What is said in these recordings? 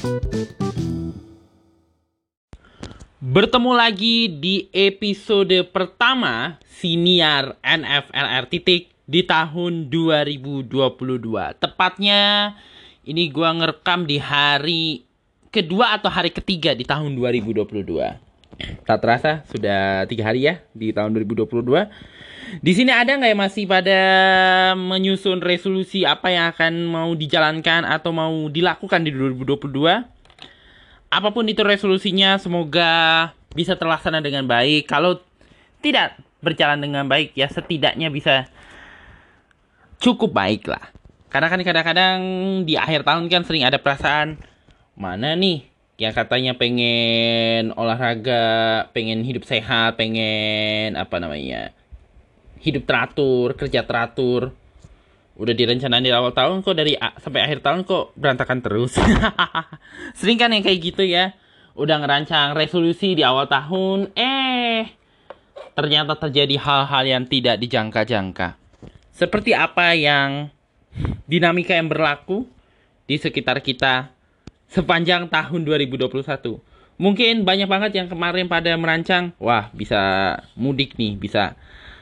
Bertemu lagi di episode pertama Siniar NFLR titik di tahun 2022. Tepatnya ini gua ngerekam di hari kedua atau hari ketiga di tahun 2022. Tak terasa sudah 3 hari ya di tahun 2022. Di sini ada nggak ya masih pada menyusun resolusi apa yang akan mau dijalankan atau mau dilakukan di 2022? Apapun itu resolusinya, semoga bisa terlaksana dengan baik. Kalau tidak berjalan dengan baik, ya setidaknya bisa cukup baik lah. Karena kan kadang-kadang di akhir tahun kan sering ada perasaan, mana nih yang katanya pengen olahraga, pengen hidup sehat, pengen hidup teratur, kerja teratur. Udah direncanain di awal tahun kok sampai akhir tahun kok berantakan terus. Sering kan yang kayak gitu ya. Udah ngerancang resolusi di awal tahun, ternyata terjadi hal-hal yang tidak dijangka-jangka. Seperti apa yang dinamika yang berlaku di sekitar kita sepanjang tahun 2021. Mungkin banyak banget yang kemarin pada merancang, wah bisa mudik nih, bisa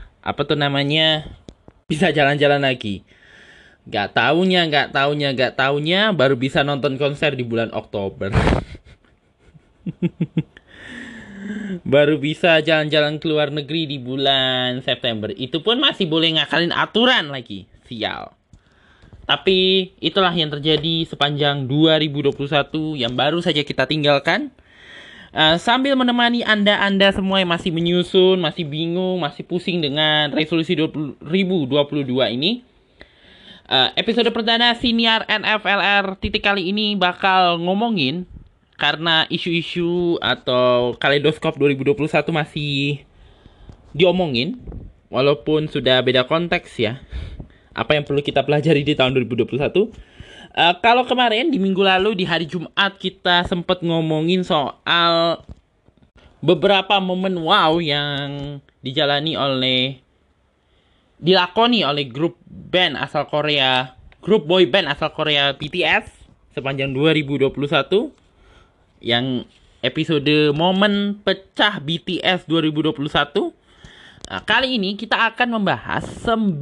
bisa jalan-jalan lagi. Gak taunya baru bisa nonton konser di bulan Oktober. Baru bisa jalan-jalan ke luar negeri di bulan September. Itu pun masih boleh ngakalin aturan lagi. Sial. Tapi itulah yang terjadi sepanjang 2021 yang baru saja kita tinggalkan. Sambil menemani Anda semua yang masih menyusun, masih bingung, masih pusing dengan resolusi 2022 ini. Episode perdana Siniar NFLR titik kali ini bakal ngomongin karena isu-isu atau kaleidoskop 2021 masih diomongin walaupun sudah beda konteks ya. Apa yang perlu kita pelajari di tahun 2021? Kalau kemarin di minggu lalu di hari Jumat kita sempat ngomongin soal beberapa momen wow yang dilakoni oleh grup boy band asal Korea BTS sepanjang 2021 yang episode momen pecah BTS 2021. Kali ini kita akan membahas 9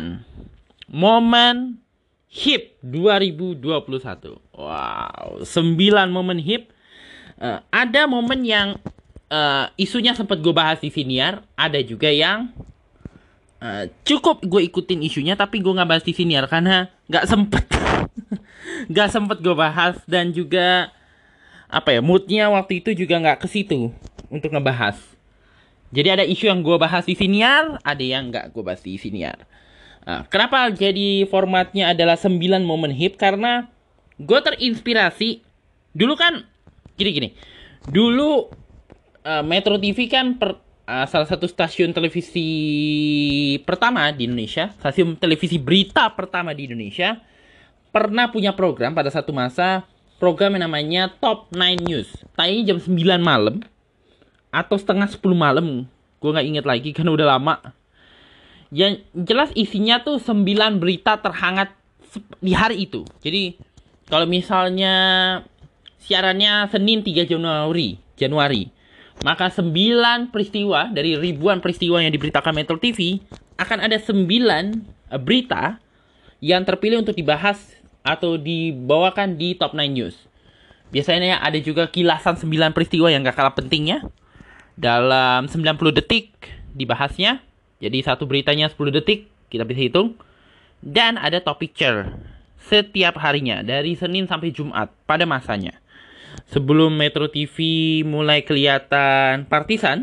momen HIP 2021. Wow, 9 momen HIP. Ada momen yang isunya sempat gue bahas di Siniar, ada juga yang cukup gue ikutin isunya tapi gue nggak bahas di Siniar karena nggak sempet nggak sempet gue bahas dan juga moodnya waktu itu juga nggak ke situ untuk ngebahas. Jadi ada isu yang gue bahas di Siniar, ada yang nggak gue bahas di Siniar. Kenapa jadi formatnya adalah 9 momen HIP? Karena gue terinspirasi dulu kan gini. Dulu Metro TV kan salah satu stasiun televisi pertama di Indonesia, stasiun televisi berita pertama di Indonesia, pernah punya program pada satu masa, program yang namanya Top 9 News. Tayangnya jam 9 malam atau setengah 10 malam, gue nggak inget lagi karena udah lama. Yang jelas isinya tuh 9 berita terhangat di hari itu. Jadi kalau misalnya siarannya Senin 3 Januari, maka 9 peristiwa dari ribuan peristiwa yang diberitakan Metro TV, akan ada 9 berita yang terpilih untuk dibahas atau dibawakan di Top 9 News. Biasanya ada juga kilasan 9 peristiwa yang gak kalah pentingnya. Dalam 90 detik dibahasnya. Jadi satu beritanya 10 detik, kita bisa hitung. Dan ada top picture setiap harinya dari Senin sampai Jumat pada masanya. Sebelum Metro TV mulai kelihatan partisan.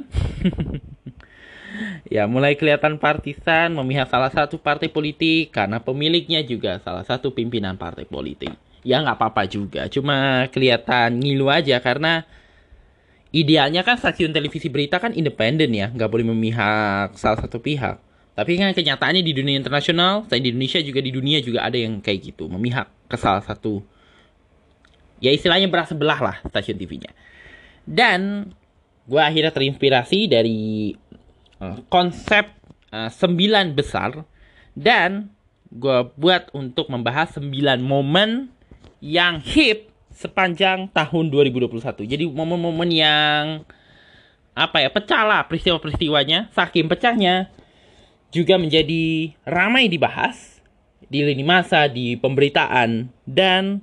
Ya, mulai kelihatan partisan memihak salah satu partai politik karena pemiliknya juga salah satu pimpinan partai politik. Ya nggak apa-apa juga, cuma kelihatan ngilu aja karena idealnya kan stasiun televisi berita kan independen ya, nggak boleh memihak salah satu pihak. Tapi kan kenyataannya di dunia internasional, selain di Indonesia juga di dunia juga ada yang kayak gitu, memihak ke salah satu. Ya istilahnya belah sebelah lah stasiun TV-nya. Dan gue akhirnya terinspirasi dari konsep 9 besar. Dan gue buat untuk membahas 9 momen yang hip sepanjang tahun 2021. Jadi momen-momen yang pecah lah peristiwa-peristiwanya, saking pecahnya juga menjadi ramai dibahas di lini masa, di pemberitaan, dan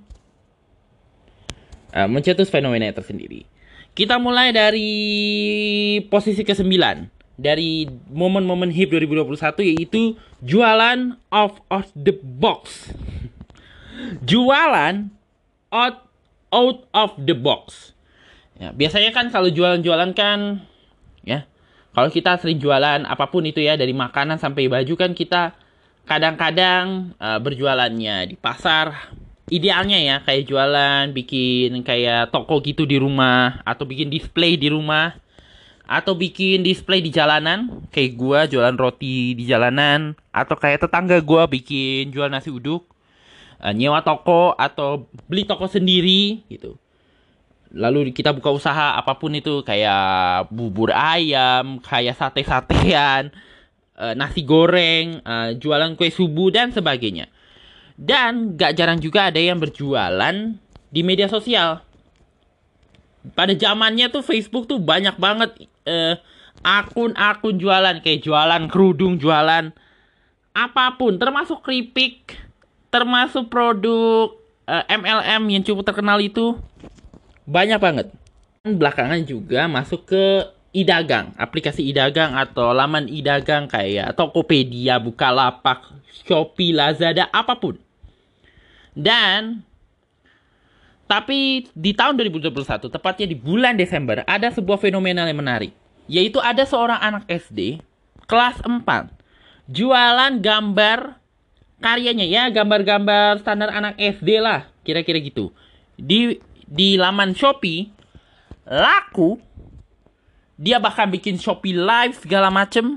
mencetus fenomena tersendiri. Kita mulai dari posisi ke-9 dari momen-momen hip 2021, yaitu jualan out of the box. Jualan out of the box. Ya, biasanya kan kalau jualan-jualan kan, ya, kalau kita sering jualan apapun itu ya, dari makanan sampai baju kan kita kadang-kadang berjualannya di pasar. Idealnya ya, kayak jualan, bikin kayak toko gitu di rumah, atau bikin display di rumah, atau bikin display di jalanan, kayak gua jualan roti di jalanan, atau kayak tetangga gua bikin jual nasi uduk, nyewa toko atau beli toko sendiri gitu. Lalu kita buka usaha apapun itu, kayak bubur ayam, kayak sate-satean, nasi goreng, jualan kue subuh dan sebagainya. Dan gak jarang juga ada yang berjualan di media sosial. Pada zamannya tuh Facebook tuh banyak banget akun-akun jualan, kayak jualan kerudung, jualan apapun, termasuk keripik, termasuk produk MLM yang cukup terkenal itu banyak banget. Belakangan juga masuk ke e-dagang, aplikasi e-dagang atau laman e-dagang kayak Tokopedia, Bukalapak, Shopee, Lazada, apapun. Dan tapi di tahun 2021, tepatnya di bulan Desember, ada sebuah fenomena yang menarik, yaitu ada seorang anak SD kelas 4 jualan gambar karyanya, ya, gambar-gambar standar anak SD lah, kira-kira gitu. Di laman Shopee laku. Dia bahkan bikin Shopee Live segala macem.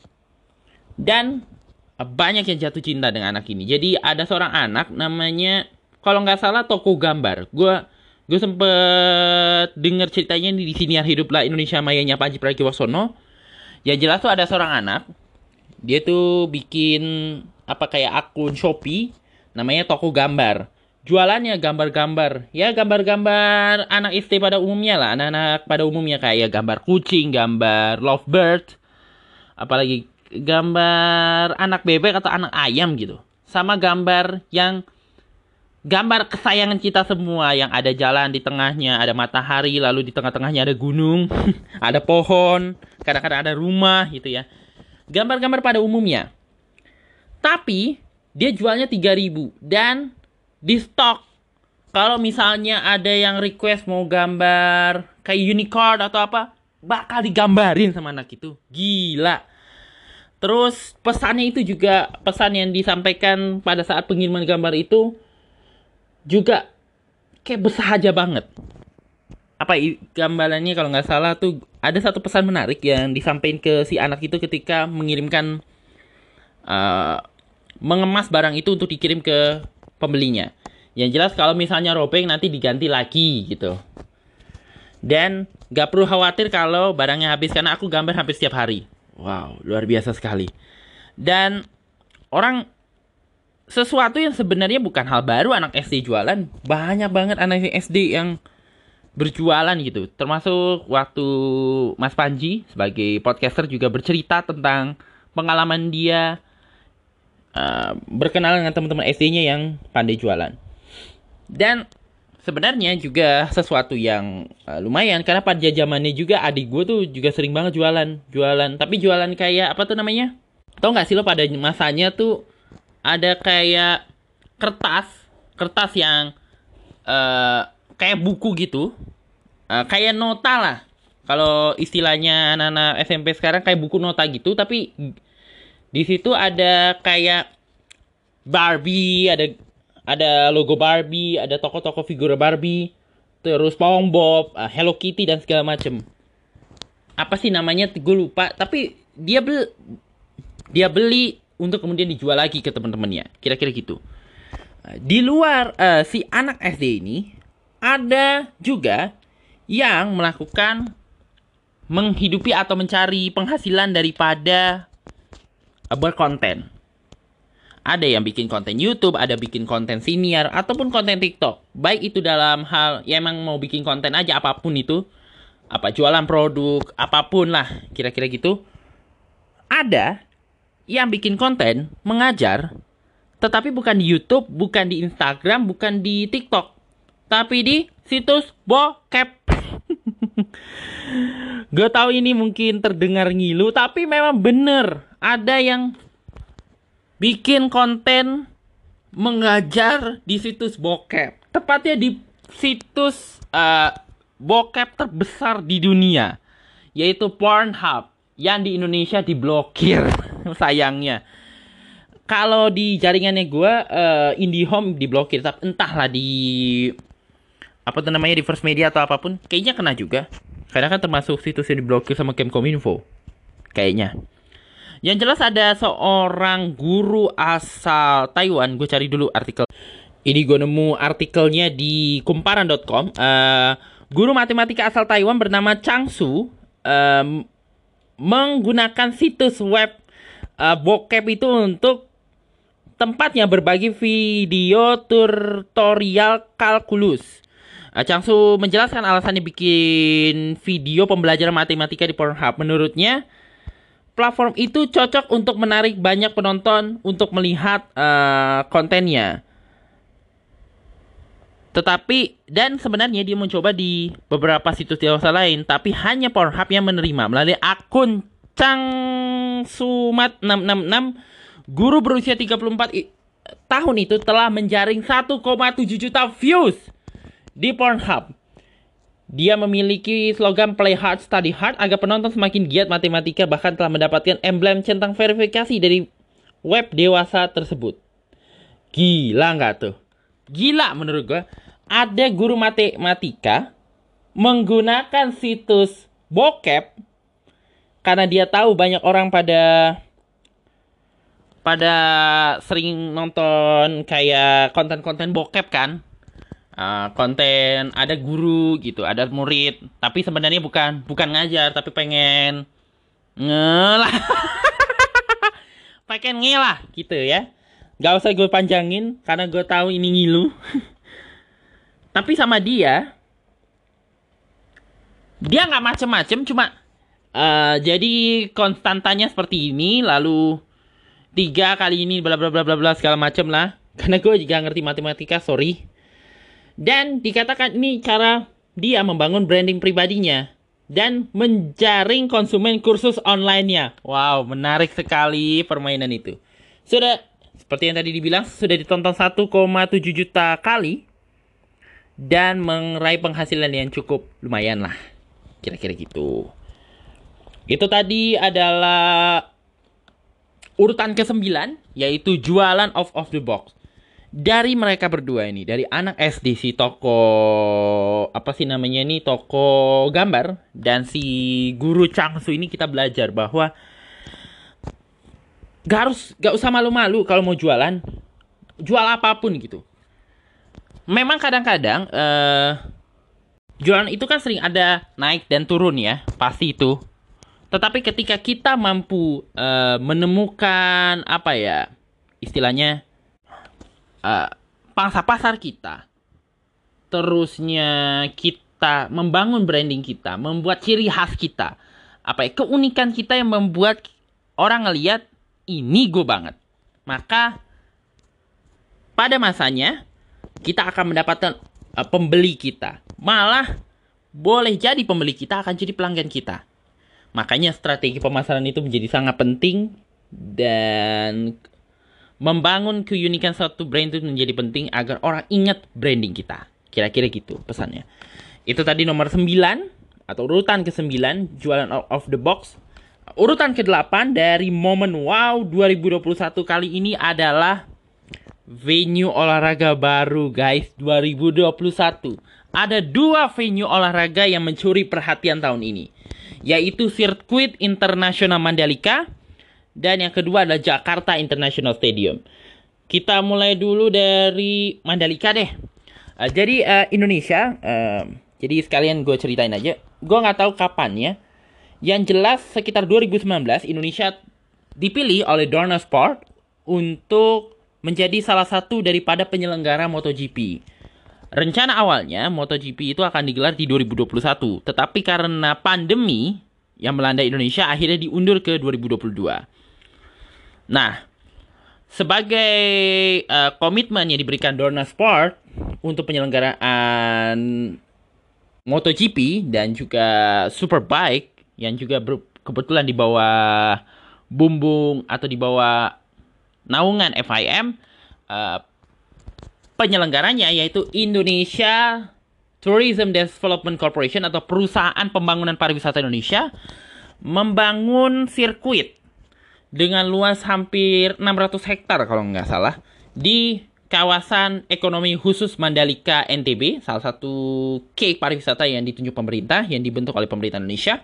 Dan banyak yang jatuh cinta dengan anak ini. Jadi ada seorang anak namanya, kalau nggak salah, Toko Gambar. Gue sempet denger ceritanya di Siniar Hiduplah Indonesia Mayanya Panji Pragiwaksono. Yang jelas tuh ada seorang anak. Dia tuh bikin kayak akun Shopee namanya Toko Gambar. Jualannya gambar-gambar. Ya, gambar-gambar anak SD pada umumnya lah. Anak-anak pada umumnya kayak gambar kucing, gambar lovebird, apalagi gambar anak bebek atau anak ayam gitu. Sama gambar kesayangan kita semua, yang ada jalan di tengahnya, ada matahari, lalu di tengah-tengahnya ada gunung, ada pohon, kadang-kadang ada rumah gitu ya. Gambar-gambar pada umumnya. Tapi dia jualnya 3.000 dan di stok. Kalau misalnya ada yang request mau gambar kayak unicorn atau apa, bakal digambarin sama anak itu. Gila. Terus pesannya itu juga, pesan yang disampaikan pada saat pengiriman gambar itu juga kayak bersahaja banget. Gambarannya kalau nggak salah tuh ada satu pesan menarik yang disampaikan ke si anak itu ketika mengirimkan mengemas barang itu untuk dikirim ke pembelinya. Yang jelas kalau misalnya robek nanti diganti lagi gitu. Dan gak perlu khawatir kalau barangnya habis, karena aku gambar hampir setiap hari. Wow, luar biasa sekali. Dan sesuatu yang sebenarnya bukan hal baru anak SD jualan. Banyak banget anak SD yang berjualan gitu. Termasuk waktu Mas Panji sebagai podcaster juga bercerita tentang pengalaman dia berkenalan dengan teman-teman SD-nya yang pandai jualan. Dan sebenarnya juga sesuatu yang lumayan, karena pada zamannya juga adik gue tuh juga sering banget jualan. Tapi jualan kayak apa tuh namanya? Tau nggak sih lo, pada masanya tuh ada kayak kertas yang kayak buku gitu, kayak nota lah. Kalau istilahnya anak-anak SMP sekarang kayak buku nota gitu, tapi di situ ada kayak Barbie, ada logo Barbie, ada tokoh-tokoh figur Barbie, terus SpongeBob, Hello Kitty dan segala macem. Apa sih namanya? Gue lupa. Tapi dia beli untuk kemudian dijual lagi ke teman-temannya. Kira-kira gitu. Di luar si anak SD ini, ada juga yang melakukan menghidupi atau mencari penghasilan daripada berkonten. Ada yang bikin konten YouTube, ada bikin konten siniar, ataupun konten TikTok. Baik itu dalam hal, ya emang mau bikin konten aja, apapun itu. Apa, jualan produk, apapun lah, kira-kira gitu. Ada yang bikin konten, mengajar, tetapi bukan di YouTube, bukan di Instagram, bukan di TikTok. Tapi di situs bokep. Gue tahu ini mungkin terdengar ngilu, tapi memang bener. Ada yang bikin konten mengajar di situs bokep. Tepatnya di situs bokep terbesar di dunia, yaitu Pornhub, yang di Indonesia diblokir. Sayangnya. Kalau di jaringannya gue, IndiHome diblokir. Tapi entahlah di apa tuh namanya, di First Media atau apapun, kayaknya kena juga. Karena kan termasuk situs yang diblokir sama Kemkominfo. Kayaknya. Yang jelas ada seorang guru asal Taiwan. Gue cari dulu artikel. Ini gue nemu artikelnya di kumparan.com. Guru matematika asal Taiwan bernama Chang Su menggunakan situs web bokep itu untuk tempatnya berbagi video tutorial kalkulus. Chang Su menjelaskan alasannya bikin video pembelajaran matematika di Pornhub. Menurutnya, platform itu cocok untuk menarik banyak penonton untuk melihat kontennya. Tetapi, dan sebenarnya dia mencoba di beberapa situs dewasa lain, tapi hanya Pornhub yang menerima. Melalui akun Changsumat 666, guru berusia 34 tahun itu telah menjaring 1,7 juta views di Pornhub. Dia memiliki slogan Play Hard, Study Hard agar penonton semakin giat matematika, bahkan telah mendapatkan emblem centang verifikasi dari web dewasa tersebut. Gila nggak tuh? Gila menurut gue. Ada guru matematika menggunakan situs bokep karena dia tahu banyak orang pada sering nonton kayak konten-konten bokep kan. Konten ada guru gitu, ada murid, tapi sebenarnya bukan ngajar, tapi pengen ngelah. Pengen ngelah gitu ya. Gak usah gue panjangin karena gue tahu ini ngilu. Tapi sama dia nggak macem-macem, cuma jadi konstantanya seperti ini, lalu 3 kali ini bla bla bla bla bla segala macem lah. Karena gue juga ngerti matematika, sorry. Dan dikatakan ini cara dia membangun branding pribadinya dan menjaring konsumen kursus online-nya. Wow, menarik sekali permainan itu. Sudah, seperti yang tadi dibilang, sudah ditonton 1,7 juta kali dan meraih penghasilan yang cukup lumayan lah. Kira-kira gitu. Itu tadi adalah urutan ke-9, yaitu jualan off the box. Dari mereka berdua ini, dari anak SD, si toko apa sih namanya ini, toko gambar, dan si guru Changsu ini, kita belajar bahwa gak usah malu-malu kalau mau jualan, jual apapun gitu. Memang kadang-kadang jualan itu kan sering ada naik dan turun ya, pasti itu. Tetapi ketika kita mampu menemukan apa ya istilahnya, pangsa pasar kita, terusnya kita membangun branding kita, membuat ciri khas kita, apa ya, keunikan kita yang membuat orang ngelihat ini gue banget, maka pada masanya kita akan mendapatkan pembeli kita. Malah boleh jadi pembeli kita akan jadi pelanggan kita. Makanya strategi pemasaran itu menjadi sangat penting, dan membangun keunikan suatu brand itu menjadi penting agar orang ingat branding kita. Kira-kira gitu pesannya. Itu tadi nomor 9 atau urutan ke-9, jualan off the box. Urutan ke-8 dari momen wow 2021 kali ini adalah venue olahraga baru, guys. 2021. Ada 2 venue olahraga yang mencuri perhatian tahun ini, yaitu Sirkuit Internasional Mandalika, dan yang kedua adalah Jakarta International Stadium. Kita mulai dulu dari Mandalika deh. Jadi Indonesia, jadi sekalian gue ceritain aja. Gue nggak tahu kapan ya. Yang jelas sekitar 2019 Indonesia dipilih oleh Dorna Sport untuk menjadi salah satu daripada penyelenggara MotoGP. Rencana awalnya MotoGP itu akan digelar di 2021, tetapi karena pandemi yang melanda Indonesia akhirnya diundur ke 2022. Nah, sebagai komitmen yang diberikan Dorna Sport untuk penyelenggaraan MotoGP dan juga Superbike yang juga kebetulan di bawah bumbung atau di bawah naungan FIM, penyelenggaranya yaitu Indonesia Tourism Development Corporation atau Perusahaan Pembangunan Pariwisata Indonesia membangun sirkuit dengan luas hampir 600 hektar kalau nggak salah di kawasan ekonomi khusus Mandalika NTB, salah satu key pariwisata yang ditunjuk pemerintah yang dibentuk oleh pemerintah Indonesia.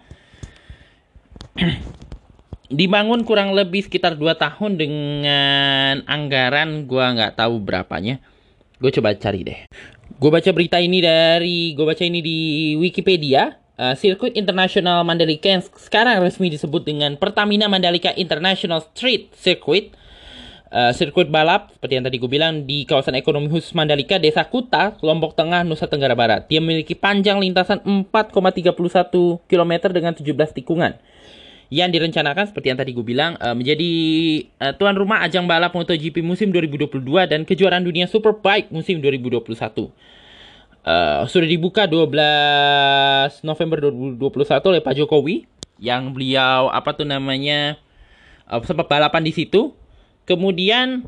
Dibangun kurang lebih sekitar 2 tahun dengan anggaran gua nggak tahu berapanya. Gue coba cari deh. Gue baca ini di Wikipedia. Sirkuit Internasional Mandalika yang sekarang resmi disebut dengan Pertamina Mandalika International Street Circuit. Sirkuit balap seperti yang tadi gue bilang di kawasan ekonomi khusus Mandalika, Desa Kuta, Lombok Tengah, Nusa Tenggara Barat. Dia memiliki panjang lintasan 4,31 km dengan 17 tikungan. Yang direncanakan seperti yang tadi gue bilang menjadi tuan rumah ajang balap MotoGP musim 2022 dan kejuaraan dunia Superbike musim 2021. Sudah dibuka 12 November 2021 oleh Pak Jokowi yang beliau sempat balapan di situ. Kemudian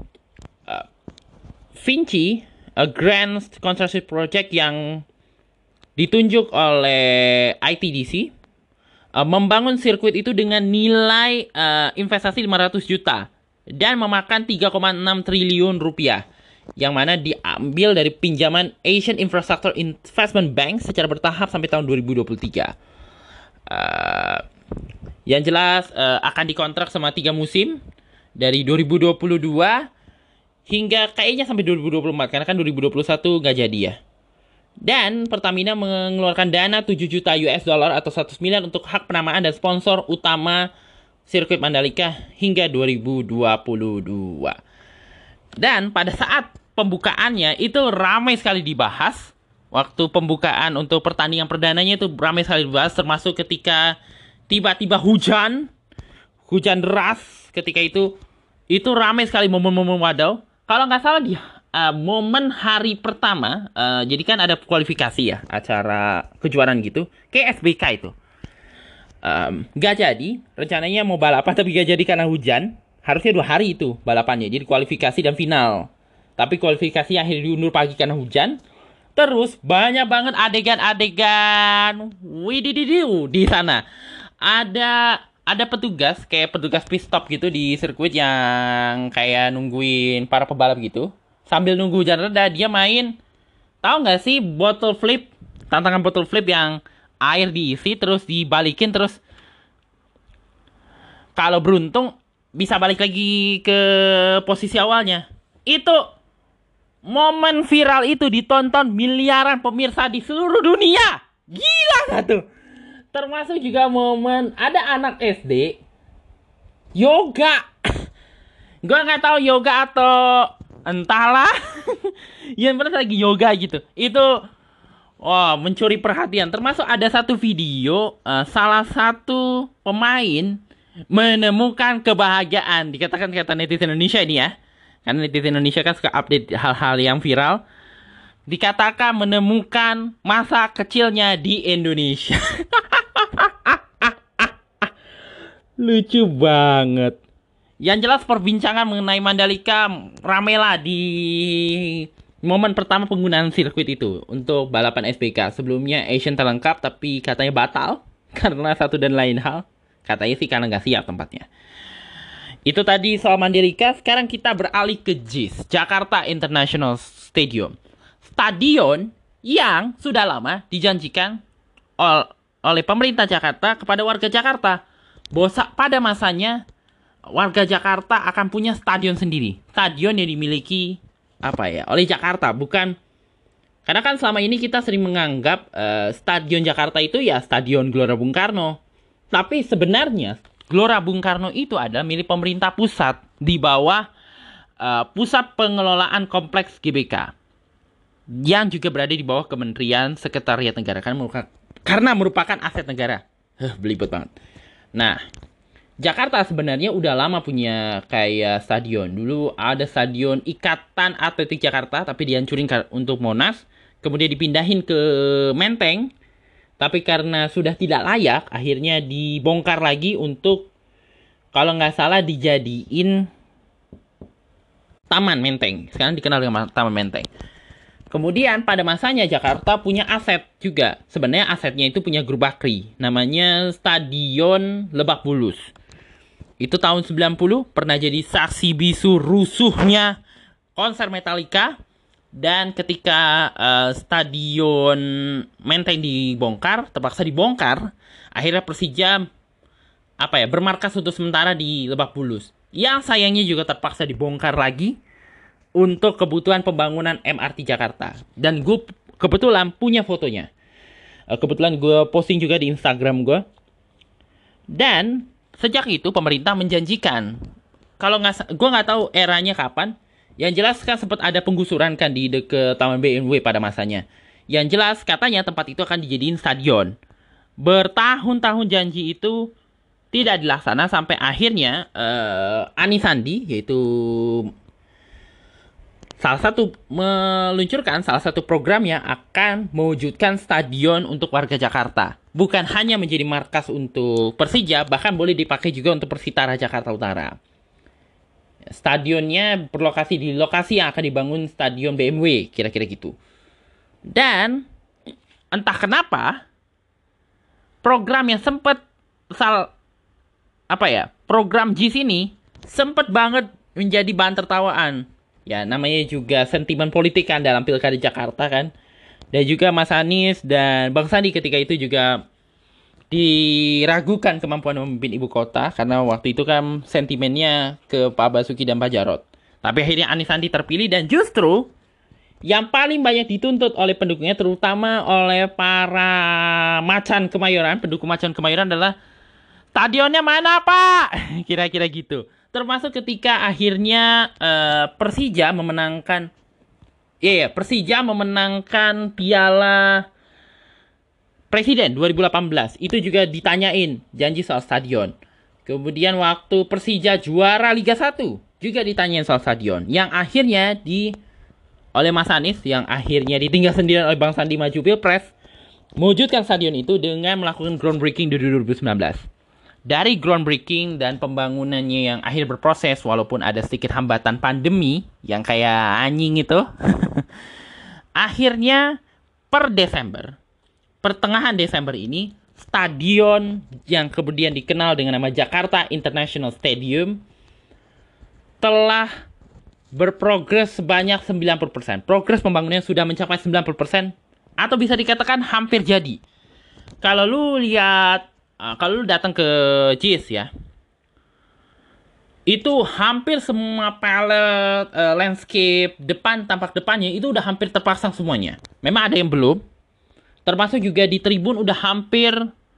Vinci, Grand Construction Project yang ditunjuk oleh ITDC membangun sirkuit itu dengan nilai investasi 500 juta dan memakan 3,6 triliun rupiah yang mana diambil dari pinjaman Asian Infrastructure Investment Bank secara bertahap sampai tahun 2023. Yang jelas akan dikontrak sama 3 musim dari 2022 hingga kayaknya sampai 2024 karena kan 2021 nggak jadi ya. Dan Pertamina mengeluarkan dana 7 juta US dollar atau 100 miliar untuk hak penamaan dan sponsor utama sirkuit Mandalika hingga 2022. Dan pada saat pembukaannya itu ramai sekali dibahas. Waktu pembukaan untuk pertandingan perdananya itu ramai sekali dibahas, termasuk ketika tiba-tiba hujan deras ketika itu ramai sekali momen-momen wadaw. Kalau nggak salah dia momen hari pertama, jadi kan ada kualifikasi ya, acara kejuaraan gitu, kayak SBK itu. Gak jadi, rencananya mau balapan tapi gak jadi karena hujan. Harusnya 2 hari itu balapannya, jadi kualifikasi dan final. Tapi kualifikasi akhirnya diundur pagi karena hujan. Terus banyak banget adegan-adegan widididiu di sana. Ada petugas, kayak petugas pit stop gitu di sirkuit yang kayak nungguin para pebalap gitu. Sambil nunggu hujan reda, dia main, tahu nggak sih bottle flip, tantangan bottle flip yang air diisi terus dibalikin terus kalau beruntung bisa balik lagi ke posisi awalnya. Itu momen viral itu ditonton miliaran pemirsa di seluruh dunia. Gila nggak tuh? Termasuk juga momen ada anak SD yoga. Gue nggak tahu yoga atau entahlah. Yang benar lagi yoga gitu. Itu mencuri perhatian. Termasuk ada satu video salah satu pemain menemukan kebahagiaan. Dikatakan kata netizen Indonesia ini ya. Karena netizen Indonesia kan suka update hal-hal yang viral. Dikatakan menemukan masa kecilnya di Indonesia. Lucu banget. Yang jelas perbincangan mengenai Mandalika ramailah di momen pertama penggunaan sirkuit itu untuk balapan SBK. Sebelumnya Asian terlengkap tapi katanya batal karena satu dan lain hal. Katanya sih karena nggak siap tempatnya. Itu tadi soal Mandalika. Sekarang kita beralih ke JIS, Jakarta International Stadium. Stadion yang sudah lama dijanjikan oleh pemerintah Jakarta kepada warga Jakarta. Bahwa pada masanya warga Jakarta akan punya stadion sendiri. Stadion yang dimiliki oleh Jakarta, bukan. Karena kan selama ini kita sering menganggap stadion Jakarta itu ya stadion Gelora Bung Karno. Tapi sebenarnya Gelora Bung Karno itu adalah milik pemerintah pusat di bawah Pusat Pengelolaan Kompleks GBK yang juga berada di bawah Kementerian Sekretariat Negara karena merupakan aset negara. Belibet banget. Nah, Jakarta sebenarnya udah lama punya kayak stadion. Dulu ada stadion Ikatan Atletik Jakarta, tapi dihancurin untuk Monas. Kemudian dipindahin ke Menteng. Tapi karena sudah tidak layak, akhirnya dibongkar lagi untuk, kalau nggak salah, dijadiin Taman Menteng. Sekarang dikenal dengan Taman Menteng. Kemudian pada masanya Jakarta punya aset juga. Sebenarnya asetnya itu punya Guru Bakri. Namanya Stadion Lebak Bulus. Itu tahun 90 pernah jadi saksi bisu rusuhnya konser Metallica. Dan ketika Stadion Menteng dibongkar, terpaksa dibongkar, akhirnya Persija bermarkas untuk sementara di Lebak Bulus. Yang sayangnya juga terpaksa dibongkar lagi untuk kebutuhan pembangunan MRT Jakarta. Dan gue kebetulan punya fotonya. Kebetulan gue posting juga di Instagram gue. Dan sejak itu pemerintah menjanjikan, gue nggak tahu eranya kapan. Yang jelas kan sempat ada penggusuran kan di dekat Taman BMW pada masanya. Yang jelas katanya tempat itu akan dijadiin stadion. Bertahun-tahun janji itu tidak dilaksana sampai akhirnya Anies Sandi, yaitu meluncurkan salah satu program yang akan mewujudkan stadion untuk warga Jakarta. Bukan hanya menjadi markas untuk Persija, bahkan boleh dipakai juga untuk Persitara Jakarta Utara. Stadionnya berlokasi di lokasi yang akan dibangun stadion BMW, kira-kira gitu. Dan entah kenapa program yang sempat program JIS ini sempat banget menjadi bahan tertawaan. Ya, namanya juga sentimen politik kan dalam Pilkada Jakarta kan. Dan juga Mas Anies dan Bang Sandi ketika itu juga diragukan kemampuan memimpin ibu kota karena waktu itu kan sentimennya ke Pak Basuki dan Pak Jarot. Tapi akhirnya Anies Sandi terpilih dan justru yang paling banyak dituntut oleh pendukungnya, terutama oleh para macan Kemayoran, pendukung macan Kemayoran adalah stadionnya mana Pak? Kira-kira gitu. Termasuk ketika akhirnya Persija memenangkan Piala Presiden 2018, itu juga ditanyain janji soal stadion. Kemudian waktu Persija juara Liga 1 juga ditanyain soal stadion. Yang akhirnya oleh Mas Anies, yang akhirnya ditinggal sendirian oleh Bang Sandi maju Pilpres, mewujudkan stadion itu dengan melakukan groundbreaking di 2019. Dari groundbreaking dan pembangunannya yang akhir berproses, walaupun ada sedikit hambatan pandemi yang kayak anjing itu, akhirnya pertengahan Desember ini, stadion yang kemudian dikenal dengan nama Jakarta International Stadium telah berprogres sebanyak 90%. Progres pembangunannya sudah mencapai 90%, atau bisa dikatakan hampir jadi. Kalau lu datang ke JIS ya, itu hampir semua palette, landscape, tampak depannya itu udah hampir terpasang semuanya. Memang ada yang belum. Termasuk juga di tribun udah hampir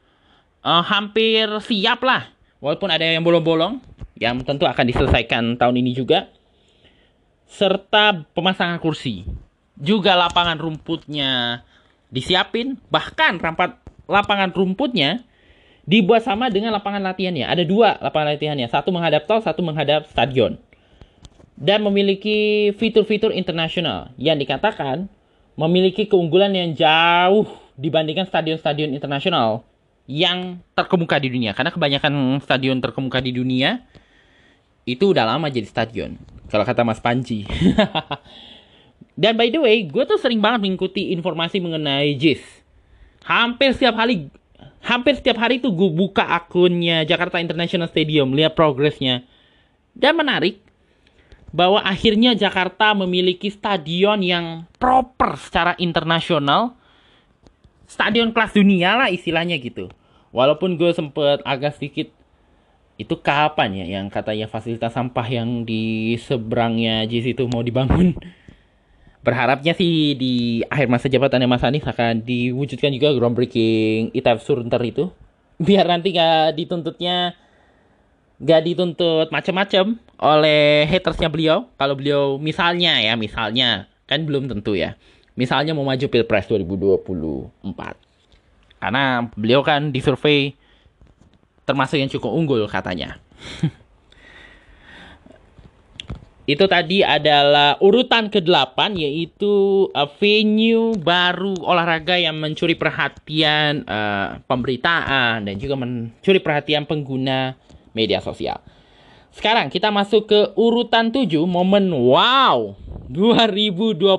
siap lah. Walaupun ada yang bolong-bolong, yang tentu akan diselesaikan tahun ini juga. Serta pemasangan kursi. Juga lapangan rumputnya disiapin. Bahkan lapangan rumputnya dibuat sama dengan lapangan latihannya. Ada 2 lapangan latihannya. Satu menghadap tol, satu menghadap stadion. Dan memiliki fitur-fitur internasional yang dikatakan memiliki keunggulan yang jauh dibandingkan stadion-stadion internasional yang terkemuka di dunia. Karena kebanyakan stadion terkemuka di dunia itu udah lama jadi stadion, kalau kata Mas Panji. Dan by the way, gue tuh sering banget mengikuti informasi mengenai JIS. Hampir setiap hari tuh gue buka akunnya Jakarta International Stadium, lihat progresnya. Dan menarik bahwa akhirnya Jakarta memiliki stadion yang proper secara internasional. Stadion kelas dunia lah istilahnya gitu. Walaupun gue sempet agak sedikit, itu kapan ya yang katanya fasilitas sampah yang di seberangnya JIS itu mau dibangun. Berharapnya sih di akhir masa jabatannya Mas Anies akan diwujudkan juga groundbreaking ITF Surunter itu. Biar nanti gak dituntutnya gak dituntut macam-macam oleh hatersnya beliau. Kalau beliau misalnya kan belum tentu ya. Misalnya mau maju Pilpres 2024. Karena beliau kan disurvei termasuk yang cukup unggul katanya. Itu tadi adalah urutan ke-8, yaitu venue baru olahraga yang mencuri perhatian pemberitaan dan juga mencuri perhatian pengguna media sosial. Sekarang kita masuk ke urutan 7, momen wow 2021.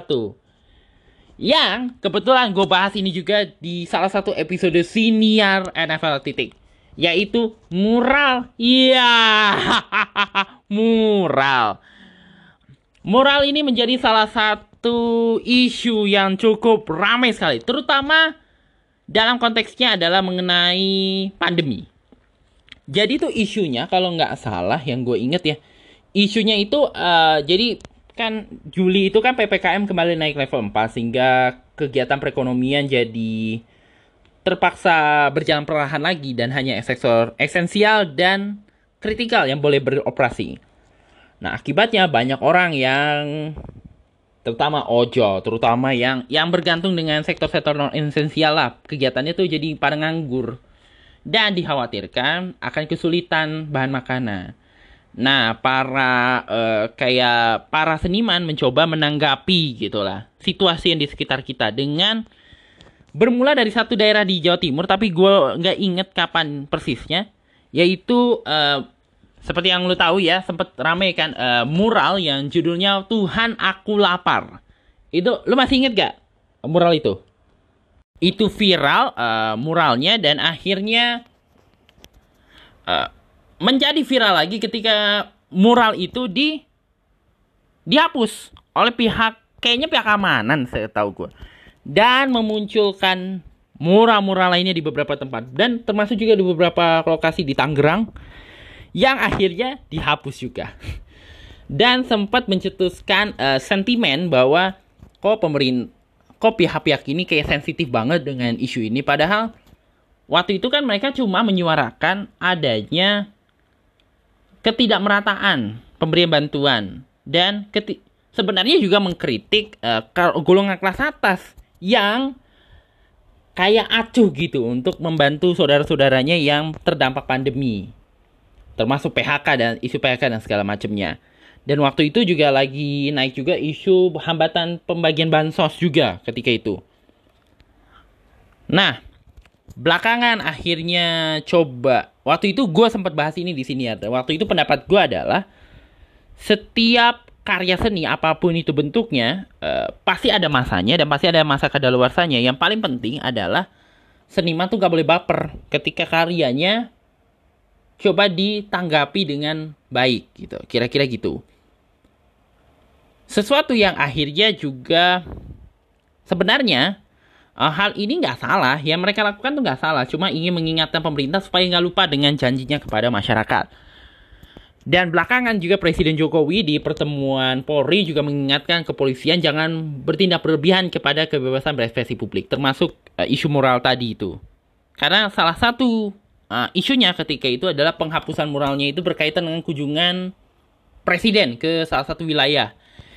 Yang kebetulan gue bahas ini juga di salah satu episode Siniar NFL titik, yaitu mural. Iya, mural. Mural ini menjadi salah satu isu yang cukup ramai sekali, terutama dalam konteksnya adalah mengenai pandemi. Jadi itu isunya, kalau nggak salah yang gue inget ya, isunya itu jadi kan Juli itu kan PPKM kembali naik level 4 sehingga kegiatan perekonomian jadi terpaksa berjalan perlahan lagi dan hanya sektor esensial dan kritikal yang boleh beroperasi. Nah, akibatnya banyak orang yang terutama ojol, terutama yang bergantung dengan sektor-sektor non esensial lah, kegiatannya tuh jadi pada nganggur dan dikhawatirkan akan kesulitan bahan makanan. Nah, para seniman mencoba menanggapi gitulah situasi yang di sekitar kita dengan bermula dari satu daerah di Jawa Timur, tapi gue nggak inget kapan persisnya, yaitu seperti yang lu tahu ya, sempet rame kan mural yang judulnya Tuhan Aku Lapar. Itu lu masih inget gak mural itu? Itu viral muralnya dan akhirnya menjadi viral lagi ketika mural itu dihapus oleh kayaknya pihak keamanan setahu gue. Dan memunculkan mural-mural lainnya di beberapa tempat dan termasuk juga di beberapa lokasi di Tangerang yang akhirnya dihapus juga. Dan sempat mencetuskan sentimen bahwa kok pihak-pihak ini kayak sensitif banget dengan isu ini, padahal waktu itu kan mereka cuma menyuarakan adanya ketidakmerataan pemberian bantuan dan sebenarnya juga mengkritik golongan kelas atas yang kayak acuh gitu untuk membantu saudara-saudaranya yang terdampak pandemi, termasuk PHK dan isu PHK dan segala macamnya. Dan waktu itu juga lagi naik juga isu hambatan pembagian bansos juga ketika itu. Nah, belakangan akhirnya waktu itu gue sempat bahas ini di sini ya. Waktu itu pendapat gue adalah setiap karya seni apapun itu bentuknya pasti ada masanya dan pasti ada masa kadaluarsanya. Yang paling penting adalah seniman tuh gak boleh baper ketika karyanya coba ditanggapi dengan baik gitu, kira-kira gitu. Sesuatu yang akhirnya juga sebenarnya hal ini nggak salah, yang mereka lakukan tuh nggak salah, cuma ingin mengingatkan pemerintah supaya nggak lupa dengan janjinya kepada masyarakat. Dan belakangan juga Presiden Jokowi di pertemuan Polri juga mengingatkan kepolisian jangan bertindak berlebihan kepada kebebasan berekspresi publik, termasuk isu moral tadi itu. Karena salah satu isunya ketika itu adalah penghapusan muralnya itu berkaitan dengan kunjungan presiden ke salah satu wilayah.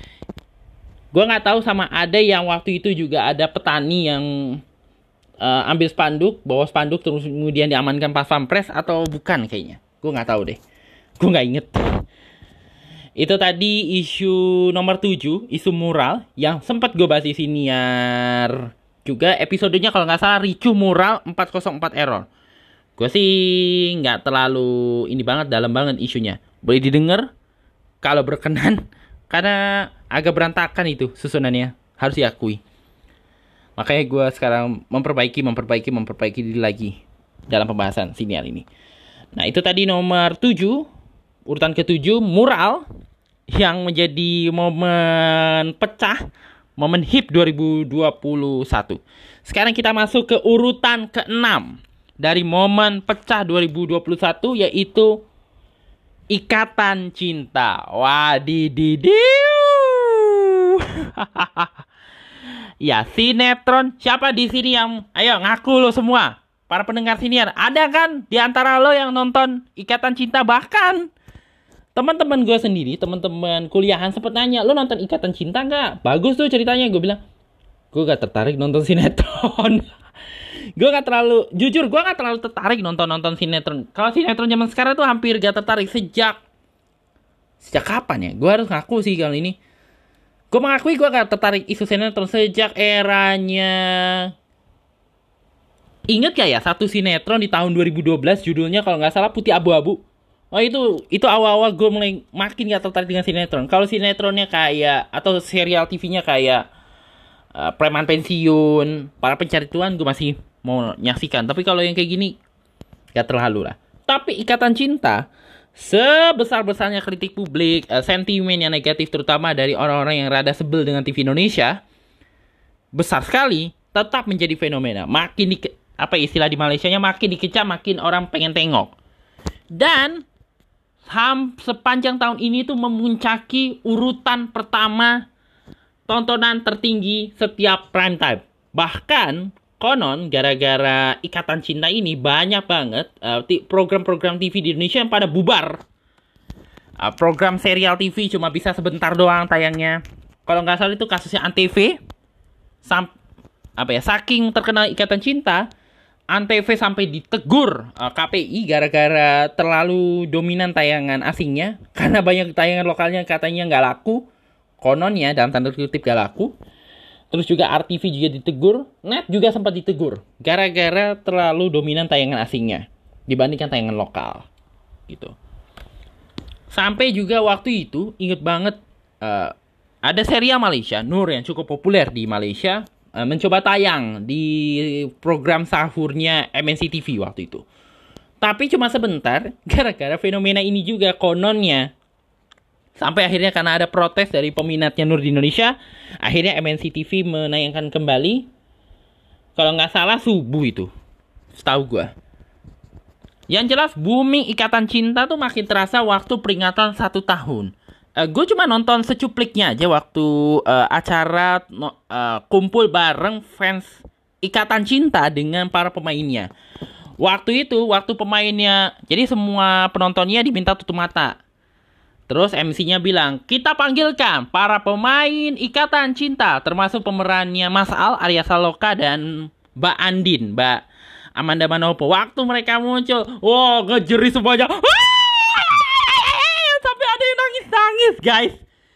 Gue nggak tahu sama ada yang waktu itu juga ada petani yang ambil spanduk, bawa spanduk terus kemudian diamankan pas pampres atau bukan kayaknya. Gue nggak tahu deh. Gue nggak inget. Itu tadi isu nomor 7, isu mural yang sempat gue bahas di Siniar juga episodenya kalau nggak salah ricuh mural 404 error. Gue sih nggak terlalu ini banget, dalam banget isunya. Boleh didengar kalau berkenan, karena agak berantakan itu susunannya, harus diakui. Makanya gue sekarang memperbaiki diri lagi dalam pembahasan Siniar ini. Nah, itu tadi nomor 7, urutan ke-7, mural yang menjadi momen pecah, momen hip 2021. Sekarang kita masuk ke urutan ke-6 dari momen pecah 2021, yaitu Ikatan Cinta. Wadididiu. Ya, sinetron. Siapa di sini yang ayo ngaku lo semua? para pendengar siniar, ada kan di antara lo yang nonton Ikatan Cinta? Bahkan teman-teman gue sendiri, teman-teman kuliahan sempet nanya, lo nonton Ikatan Cinta nggak? Bagus tuh ceritanya. Gue bilang, gue gak tertarik nonton sinetron. Gue gak terlalu, jujur gue gak terlalu tertarik nonton sinetron. Kalau sinetron zaman sekarang tuh hampir gak tertarik. Sejak kapan ya? Gue harus ngaku sih kali ini. Gue mengakui gue gak tertarik isu sinetron sejak eranya. Ingat gak ya satu sinetron di tahun 2012 judulnya kalau gak salah Putih Abu-Abu. Oh itu awal-awal gue mulai makin gak tertarik dengan sinetron. Kalau sinetronnya kayak, atau serial TV-nya kayak preman pensiun, para pencari Tuhan, gue masih mau nyaksikan. Tapi kalau yang kayak gini gak terlalu lah. Tapi Ikatan Cinta, sebesar-besarnya kritik publik, sentimen yang negatif terutama dari orang-orang yang rada sebel dengan TV Indonesia, besar sekali, tetap menjadi fenomena. Makin apa istilah di Malaysianya, makin dikecam makin orang pengen tengok. Dan sepanjang tahun ini tuh memuncaki urutan pertama tontonan tertinggi setiap prime time. Bahkan konon gara-gara Ikatan Cinta ini banyak banget program-program TV di Indonesia yang pada bubar. Program serial TV cuma bisa sebentar doang tayangnya. Kalau nggak salah itu kasusnya Antv. Saking terkenal Ikatan Cinta, Antv sampai ditegur KPI gara-gara terlalu dominan tayangan asingnya. Karena banyak tayangan lokalnya katanya nggak laku. Kononnya dalam tanda kutip gak laku. Terus juga RTV juga ditegur. Net juga sempat ditegur. Gara-gara terlalu dominan tayangan asingnya dibandingkan tayangan lokal. Gitu. Sampai juga waktu itu inget banget ada serial Malaysia, Nur, yang cukup populer di Malaysia, mencoba tayang di program sahurnya MNC TV waktu itu. Tapi cuma sebentar. Gara-gara fenomena ini juga kononnya. Sampai akhirnya karena ada protes dari peminatnya Nur di Indonesia, akhirnya MNC TV menayangkan kembali. Kalau nggak salah subuh itu, setahu gue. Yang jelas booming Ikatan Cinta tuh makin terasa waktu peringatan 1 tahun. Gue cuma nonton secupliknya aja waktu acara kumpul bareng fans Ikatan Cinta dengan para pemainnya. Waktu itu, waktu pemainnya, jadi semua penontonnya diminta tutup mata. Terus MC-nya bilang, kita panggilkan para pemain Ikatan Cinta, termasuk pemerannya Mas Al, Arya Saloka, dan Mbak Andin, Mbak Amanda Manopo. Waktu mereka muncul, wow, ngejerit semuanya. Sampai ada yang nangis-nangis, guys.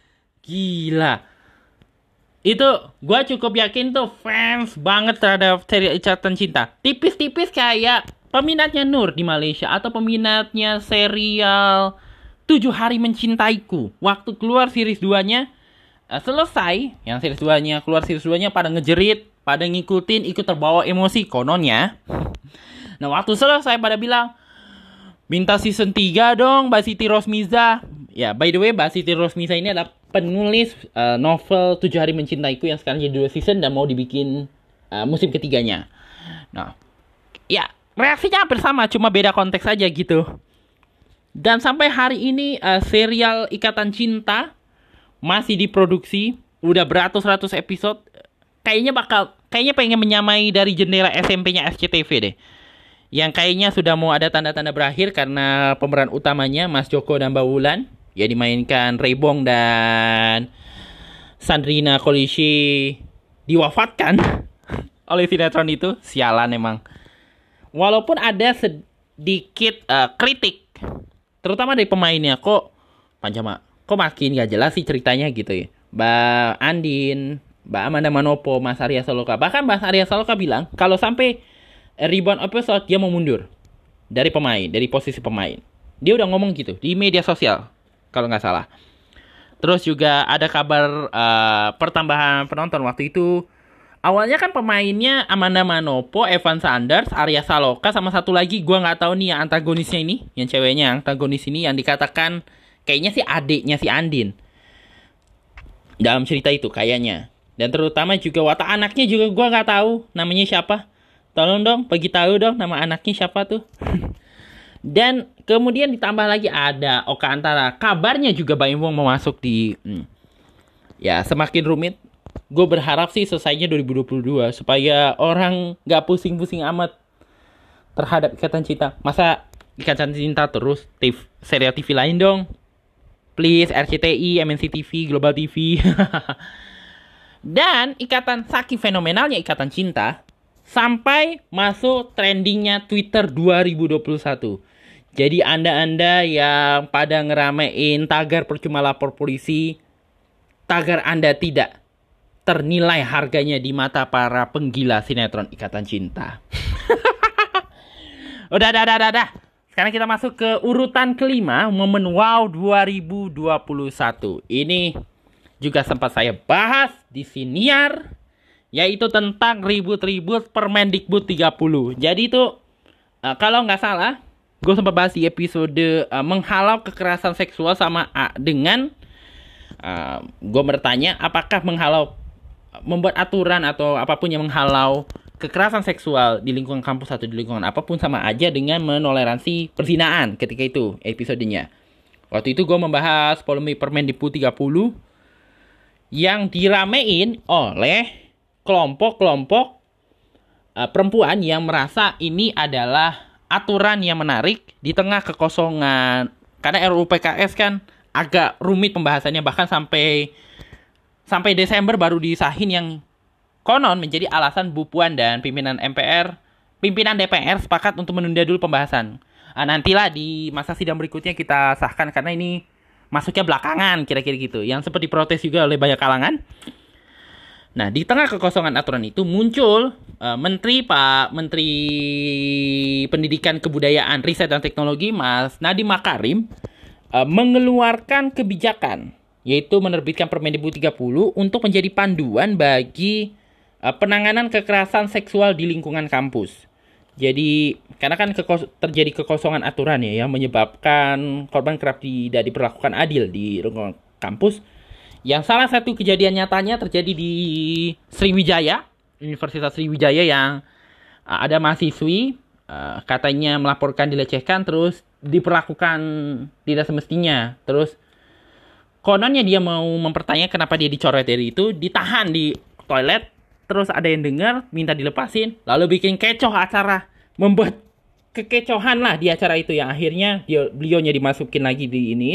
Gila. Itu, gue cukup yakin tuh fans banget terhadap serial Ikatan Cinta. Tipis-tipis kayak peminatnya Nur di Malaysia, atau peminatnya serial 7 Hari Mencintaiku. Waktu keluar series 2-nya selesai, yang series 2-nya keluar series 2-nya pada ngejerit, pada ngikutin, ikut terbawa emosi kononnya. Nah, waktu selesai pada bilang, minta season 3 dong Mbak Siti Rosmiza. Ya, by the way, Mbak Siti Rosmiza ini adalah penulis novel 7 Hari Mencintaiku yang sekarang jadi 2 season dan mau dibikin musim ketiganya. Nah, ya, reaksinya hampir sama, cuma beda konteks aja gitu. Dan sampai hari ini serial Ikatan Cinta masih diproduksi, udah beratus-ratus episode. Kayaknya pengen menyamai dari Jendela SMP-nya SCTV deh. Yang kayaknya sudah mau ada tanda-tanda berakhir karena pemeran utamanya Mas Joko dan Mbak Wulan, ya dimainkan Rebong dan Sandrina Kolisi, diwafatkan oleh sinetron itu. Sialan emang. Walaupun ada sedikit kritik, terutama dari pemainnya, kok makin gak jelas sih ceritanya gitu ya. Mbak Andin, Mbak Amanda Manopo, Mas Arya Saloka. Bahkan Mas Arya Saloka bilang kalau sampai ribuan episode dia mau mundur dari posisi pemain. Dia udah ngomong gitu di media sosial kalau nggak salah. Terus juga ada kabar pertambahan penonton waktu itu. Awalnya kan pemainnya Amanda Manopo, Evan Sanders, Arya Saloka, sama satu lagi gue nggak tahu nih yang antagonisnya ini, yang ceweknya yang antagonis ini yang dikatakan kayaknya sih adiknya si Andin dalam cerita itu kayaknya. Dan terutama juga watak anaknya juga gue nggak tahu namanya siapa. Tolong dong, bagi tahu dong nama anaknya siapa tuh. Dan kemudian ditambah lagi ada Oka Antara. Kabarnya juga Baim Wong mau masuk di ya semakin rumit. Gue berharap sih selesainya 2022 supaya orang gak pusing-pusing amat terhadap Ikatan Cinta. Masa Ikatan Cinta terus? Serial TV lain dong. Please, RCTI, MNC TV, Global TV. Dan saking fenomenalnya Ikatan Cinta sampai masuk trendingnya Twitter 2021. Jadi Anda yang pada ngeramein tagar percuma lapor polisi, tagar Anda tidak ternilai harganya di mata para penggila sinetron Ikatan Cinta. Udah. Sekarang kita masuk ke urutan kelima, momen wow 2021. Ini juga sempat saya bahas di Siniar, yaitu tentang ribut-ribut Permendikbud 30. Jadi itu, kalau nggak salah, gue sempat bahas di episode menghalau kekerasan seksual sama dengan gue bertanya apakah membuat aturan atau apapun yang menghalau kekerasan seksual di lingkungan kampus atau di lingkungan apapun sama aja dengan menoleransi perzinaan ketika itu episodenya. Waktu itu gue membahas polemik Permendikbud 30 yang diramein oleh kelompok-kelompok perempuan yang merasa ini adalah aturan yang menarik di tengah kekosongan. Karena RUU PKS kan agak rumit pembahasannya, bahkan sampai Desember baru disahin, yang konon menjadi alasan Bu Puan dan pimpinan DPR sepakat untuk menunda dulu pembahasan. Nantilah di masa sidang berikutnya kita sahkan karena ini masuknya belakangan kira-kira gitu. Yang sempat diprotes juga oleh banyak kalangan. Nah, di tengah kekosongan aturan itu muncul Menteri Pendidikan Kebudayaan, Riset dan Teknologi Mas Nadiem Makarim mengeluarkan kebijakan, yaitu menerbitkan Permendikbud 30 untuk menjadi panduan bagi penanganan kekerasan seksual di lingkungan kampus. Jadi, karena kan terjadi kekosongan aturan ya, yang menyebabkan korban kerap tidak diperlakukan adil di lingkungan kampus. Yang salah satu kejadian nyatanya terjadi di Sriwijaya, Universitas Sriwijaya, yang ada mahasiswi katanya melaporkan dilecehkan, terus diperlakukan tidak semestinya. Terus kononnya dia mau mempertanyakan kenapa dia dicoret dari itu, ditahan di toilet. Terus ada yang dengar, minta dilepasin, lalu bikin kecoh acara, membuat kekecohan lah di acara itu, yang akhirnya beliaunya dimasukin lagi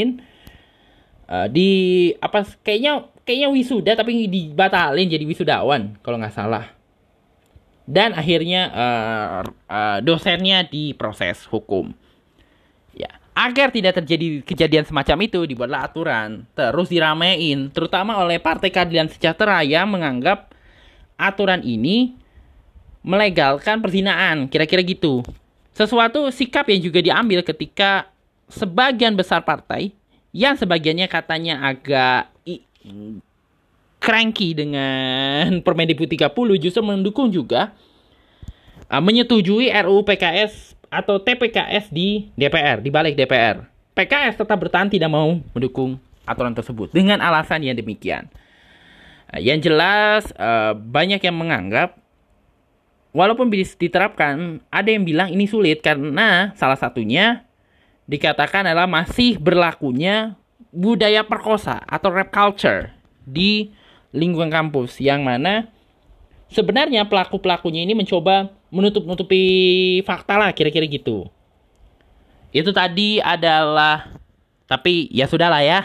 kayaknya wisuda tapi dibatalin jadi wisudawan kalau nggak salah. Dan akhirnya dosennya diproses hukum. Ya, agar tidak terjadi kejadian semacam itu dibuatlah aturan, terus diramein, terutama oleh Partai Keadilan Sejahtera yang menganggap aturan ini melegalkan perzinaan, kira-kira gitu. Sesuatu sikap yang juga diambil ketika sebagian besar partai, yang sebagiannya katanya agak cranky dengan Permendikbud 30, justru mendukung juga menyetujui RUU PKS atau TPKS di DPR, di balik DPR. PKS tetap bertahan tidak mau mendukung aturan tersebut dengan alasan yang demikian. Yang jelas banyak yang menganggap walaupun bisa diterapkan, ada yang bilang ini sulit karena salah satunya dikatakan adalah masih berlakunya budaya perkosa atau rape culture di lingkungan kampus, yang mana sebenarnya pelaku-pelakunya ini mencoba menutup-nutupi fakta lah, kira-kira gitu. Itu tadi adalah, tapi ya sudahlah ya.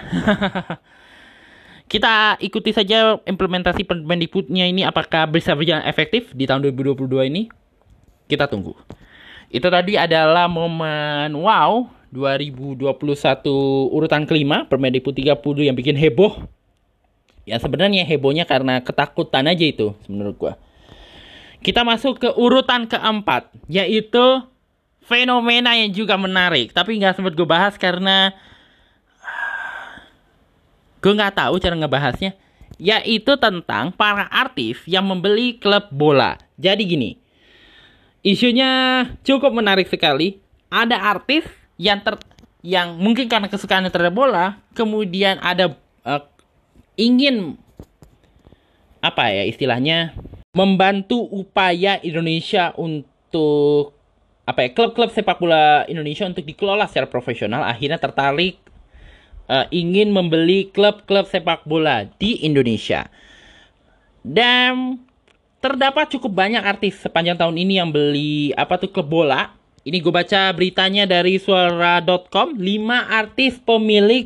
Kita ikuti saja implementasi Permendikbudnya ini apakah bisa berjalan efektif di tahun 2022 ini. Kita tunggu. Itu tadi adalah momen wow 2021 urutan kelima, Permendikbud 30 yang bikin heboh. Ya sebenarnya hebohnya karena ketakutan aja itu menurut gua. Kita masuk ke urutan keempat, yaitu fenomena yang juga menarik, tapi nggak sempat gue bahas karena gue nggak tahu cara ngebahasnya, yaitu tentang para artis yang membeli klub bola. Jadi gini, isunya cukup menarik sekali. Ada artis yang mungkin karena kesukaannya terhadap bola, kemudian ada ingin apa ya istilahnya, membantu upaya Indonesia untuk klub-klub sepak bola Indonesia untuk dikelola secara profesional. Akhirnya tertarik ingin membeli klub-klub sepak bola di Indonesia. Dan terdapat cukup banyak artis sepanjang tahun ini yang beli klub bola Ini gue baca beritanya dari suara.com. 5 artis pemilik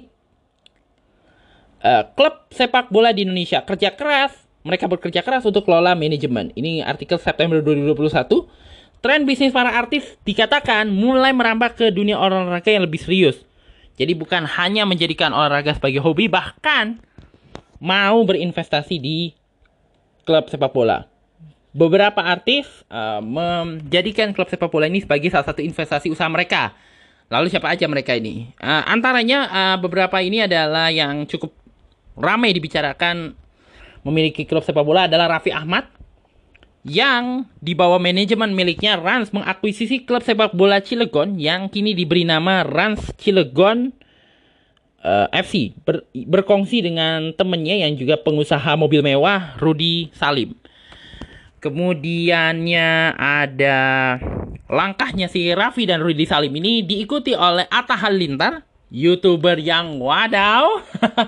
klub sepak bola di Indonesia kerja keras. Mereka bekerja keras untuk kelola manajemen. Ini artikel September 2021. Tren bisnis para artis dikatakan mulai merambah ke dunia olahraga yang lebih serius. Jadi bukan hanya menjadikan olahraga sebagai hobi, bahkan mau berinvestasi di klub sepak bola. Beberapa artis menjadikan klub sepak bola ini sebagai salah satu investasi usaha mereka. Lalu siapa aja mereka ini? Antaranya beberapa ini adalah yang cukup ramai dibicarakan memiliki klub sepak bola adalah Raffi Ahmad, yang di bawah manajemen miliknya Rans mengakuisisi klub sepak bola Cilegon yang kini diberi nama Rans Cilegon FC, berkongsi dengan temennya yang juga pengusaha mobil mewah Rudy Salim. Kemudiannya ada langkahnya si Raffi dan Rudy Salim ini diikuti oleh Atta Halilintar, YouTuber yang wadaw.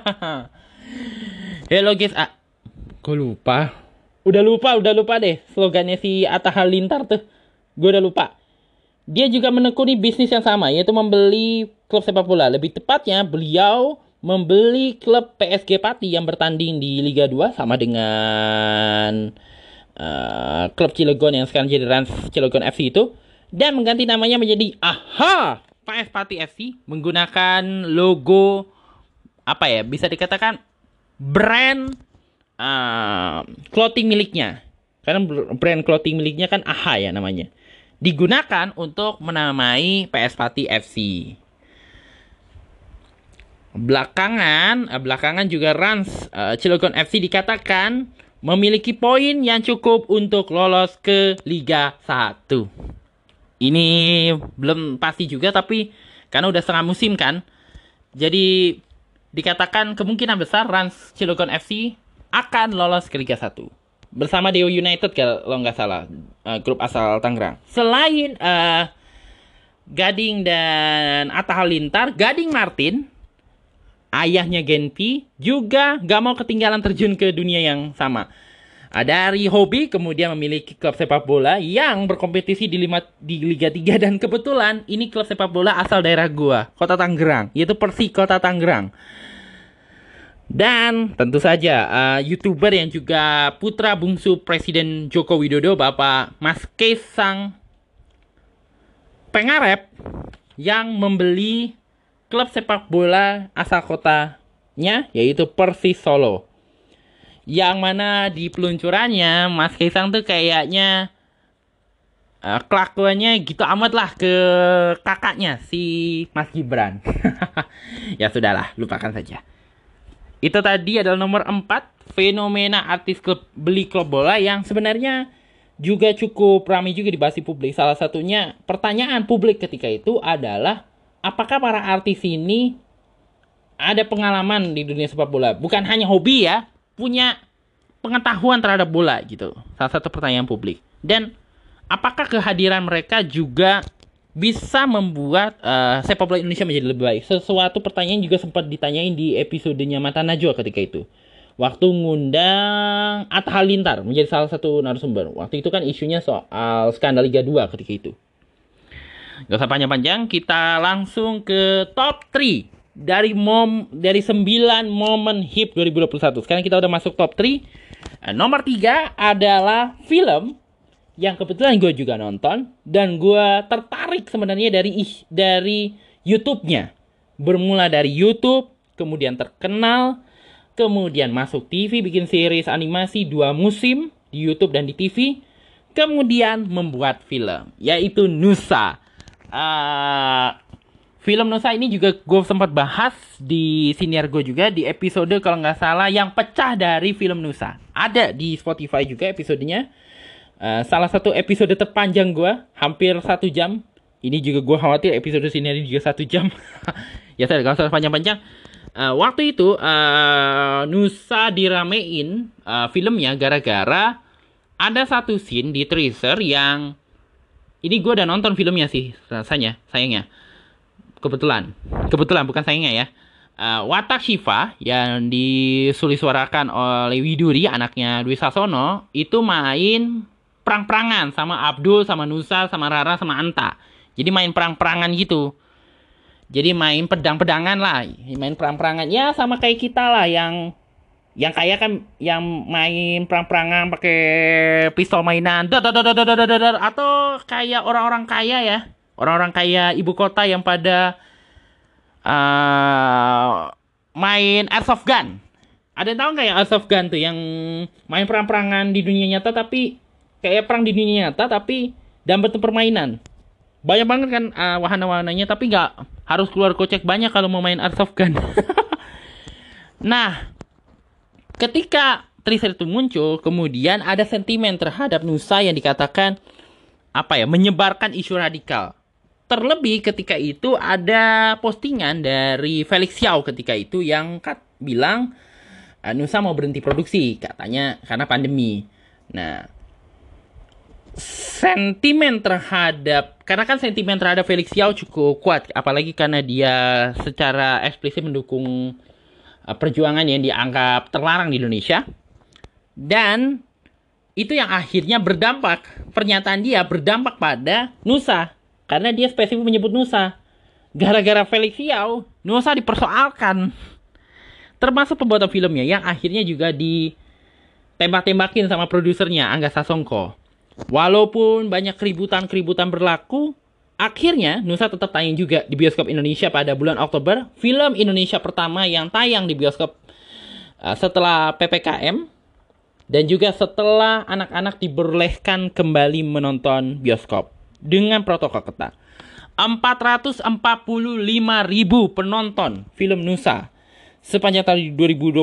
Hello guys, gue lupa. Udah lupa deh slogannya si Atta Halilintar tuh. Gue udah lupa. Dia juga menekuni bisnis yang sama, yaitu membeli klub sepak bola. Lebih tepatnya, beliau membeli klub PSG Pati yang bertanding di Liga 2 sama dengan klub Cilegon yang sekarang jadi Rans Cilegon FC itu, dan mengganti namanya menjadi PS Pati FC menggunakan logo bisa dikatakan brand clothing miliknya. Karena brand clothing miliknya kan ya namanya. Digunakan untuk menamai PS Pati FC. Belakangan juga Rans Cilegon FC dikatakan memiliki poin yang cukup untuk lolos ke Liga 1. Ini belum pasti juga, tapi karena udah setengah musim kan, jadi dikatakan kemungkinan besar Rans Cilegon FC akan lolos ke Liga 1 bersama Dewa United kalau nggak salah, grup asal Tangerang. Selain Gading dan Atta Halilintar, Gading Martin, ayahnya Genpi, juga gak mau ketinggalan terjun ke dunia yang sama. Dari hobi kemudian memiliki klub sepak bola yang berkompetisi di Liga 3, dan kebetulan ini klub sepak bola asal daerah gua, Kota Tangerang, yaitu Persi Kota Tangerang. Dan tentu saja YouTuber yang juga putra bungsu Presiden Joko Widodo, Bapak Mas Kaisang Pengarep, yang membeli klub sepak bola asal kotanya, yaitu Persis Solo. Yang mana di peluncurannya Mas Kaisang tuh kayaknya kelakuannya gitu amat lah ke kakaknya si Mas Gibran. Ya sudahlah, lupakan saja. Itu tadi adalah nomor 4, fenomena artis beli klub bola yang sebenarnya juga cukup ramai juga dibahas di publik. Salah satunya pertanyaan publik ketika itu adalah, apakah para artis ini ada pengalaman di dunia sepak bola? Bukan hanya hobi ya, punya pengetahuan terhadap bola gitu. Salah satu pertanyaan publik. Dan apakah kehadiran mereka juga bisa membuat sepak bola Indonesia menjadi lebih baik? Sesuatu pertanyaan juga sempat ditanyain di episodenya Mata Najwa ketika itu. Waktu ngundang Atta Halilintar menjadi salah satu narasumber. Waktu itu kan isunya soal skandal Liga 2 ketika itu. Gak usah panjang-panjang, kita langsung ke top 3 dari 9 momen hip 2021. Sekarang kita udah masuk top 3. Nomor 3 adalah film yang kebetulan gue juga nonton dan gue tertarik sebenarnya dari YouTube-nya. Bermula dari YouTube, kemudian terkenal, kemudian masuk TV, bikin series animasi 2 musim di YouTube dan di TV, kemudian membuat film, yaitu Nusa. Film Nusa ini juga gue sempat bahas di siniar gue juga di episode kalau nggak salah yang pecah dari film Nusa. Ada di Spotify juga episodenya. Salah satu episode terpanjang gue, hampir 1 jam. Ini juga gue khawatir episode siniar ini juga 1 jam. Ya saya gak usah panjang-panjang. Waktu itu Nusa diramein filmnya gara-gara ada satu scene di teaser yang ini gue udah nonton filmnya sih sayangnya. Kebetulan bukan sayangnya ya. Watak Shiva yang disuarakan oleh Widuri, anaknya Dwi Sasono, itu main perang-perangan sama Abdul, sama Nusa, sama Rara, sama Anta. Jadi main perang-perangan gitu. Jadi main pedang-pedangan lah, main perang-perangan. Ya sama kayak kita lah yang kaya kan yang main perang-perangan pakai pistol mainan. Atau kayak orang-orang kaya ya. Orang-orang kaya ibu kota yang pada main airsoft gun. Ada yang tahu nggak yang airsoft gun tuh yang main perang-perangan di dunia nyata tapi kayak perang di dunia nyata tapi dalam bentuk permainan. Banyak banget kan wahana-wahananya tapi nggak harus keluar kocek banyak kalau mau main airsoft gun. Nah, ketika teaser itu muncul, kemudian ada sentimen terhadap Nusa yang dikatakan menyebarkan isu radikal. Terlebih ketika itu ada postingan dari Felix Xiao ketika itu yang bilang Nusa mau berhenti produksi katanya karena pandemi. Nah, karena kan sentimen terhadap Felix Xiao cukup kuat, apalagi karena dia secara eksplisit mendukung perjuangan yang dianggap terlarang di Indonesia. Dan itu yang akhirnya pernyataan dia berdampak pada Nusa. Karena dia spesifik menyebut Nusa. Gara-gara Felix Xiao, Nusa dipersoalkan. Termasuk pembuatan filmnya yang akhirnya juga ditembak-tembakin sama produsernya, Angga Sasongko. Walaupun banyak keributan berlaku, akhirnya Nusa tetap tayang juga di bioskop Indonesia pada bulan Oktober. Film Indonesia pertama yang tayang di bioskop setelah PPKM. Dan juga setelah anak-anak diperbolehkan kembali menonton bioskop dengan protokol ketat. 445.000 penonton film Nusa sepanjang tahun 2021.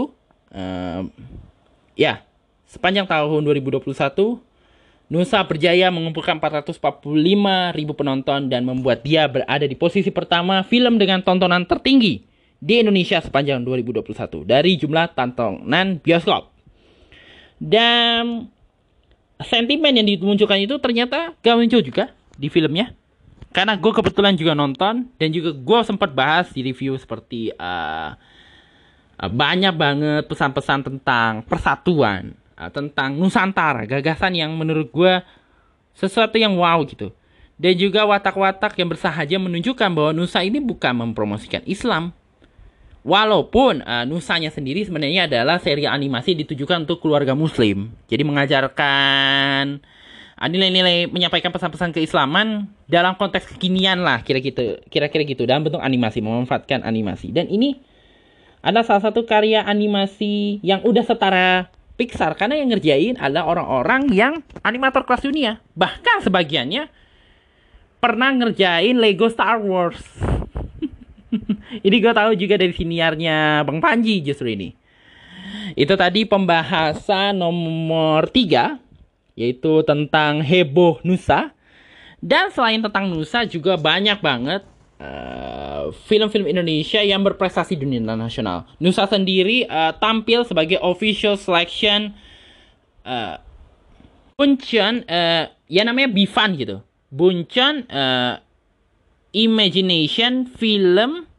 Sepanjang tahun 2021 Nusa berjaya mengumpulkan 445.000 penonton dan membuat dia berada di posisi pertama film dengan tontonan tertinggi di Indonesia sepanjang 2021 dari jumlah tontonan bioskop. Dan sentimen yang dimunculkan itu ternyata gak muncul juga di filmnya. Karena gue kebetulan juga nonton dan juga gue sempat bahas di review seperti banyak banget pesan-pesan tentang persatuan, tentang Nusantara, gagasan yang menurut gue sesuatu yang wow gitu. Dan juga watak-watak yang bersahaja menunjukkan bahwa Nusa ini bukan mempromosikan Islam. Walaupun Nusanya sendiri sebenarnya adalah seri animasi ditujukan untuk keluarga muslim. Jadi mengajarkan nilai-nilai, menyampaikan pesan-pesan keislaman dalam konteks kekinian lah, kira-kira gitu, dalam bentuk animasi, memanfaatkan animasi. Dan ini adalah salah satu karya animasi yang udah setara Pixar, karena yang ngerjain adalah orang-orang yang animator kelas dunia. Bahkan sebagiannya pernah ngerjain Lego Star Wars. Ini gue tahu juga dari siniarnya Bang Panji justru ini. Itu tadi pembahasan nomor 3, yaitu tentang heboh Nusa. Dan selain tentang Nusa juga banyak banget film-film Indonesia yang berprestasi di dunia internasional. Nusa sendiri tampil sebagai official selection Buncon, ya namanya Bifan gitu. Buncon Imagination Film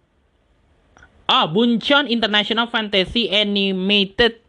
Buncon International Fantasy Animated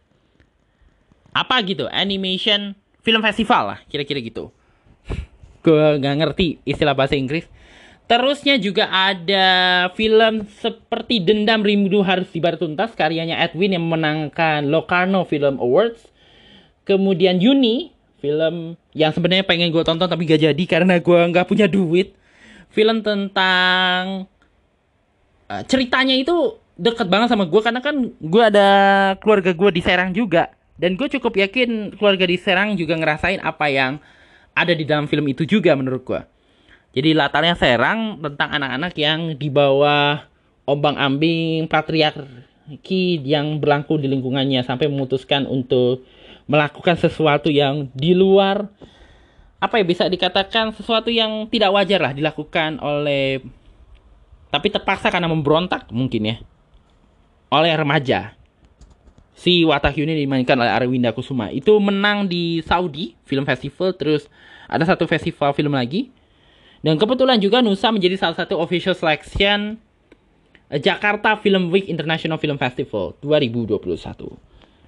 Animation Film Festival lah, kira-kira gitu. Gue gak ngerti istilah bahasa Inggris. Terusnya juga ada film seperti Dendam Rindu Harus Dibayar Tuntas, karyanya Edwin yang memenangkan Locarno Film Awards. Kemudian Yuni, film yang sebenarnya pengen gue tonton tapi gak jadi karena gue gak punya duit. Film tentang ceritanya itu deket banget sama gue, karena kan gue ada keluarga gue di Serang juga. Dan gue cukup yakin keluarga di Serang juga ngerasain apa yang ada di dalam film itu juga menurut gue. Jadi latarnya Serang tentang anak-anak yang di bawah ombang-ambing patriarki yang berlaku di lingkungannya sampai memutuskan untuk melakukan sesuatu yang di luar, bisa dikatakan sesuatu yang tidak wajar lah dilakukan oleh, tapi terpaksa karena memberontak mungkin ya, oleh remaja. Si Watak Yuni dimainkan oleh Arwinda Kusuma. Itu menang di Saudi Film Festival. Terus ada satu festival film lagi. Dan kebetulan juga Nusa menjadi salah satu official selection Jakarta Film Week International Film Festival 2021.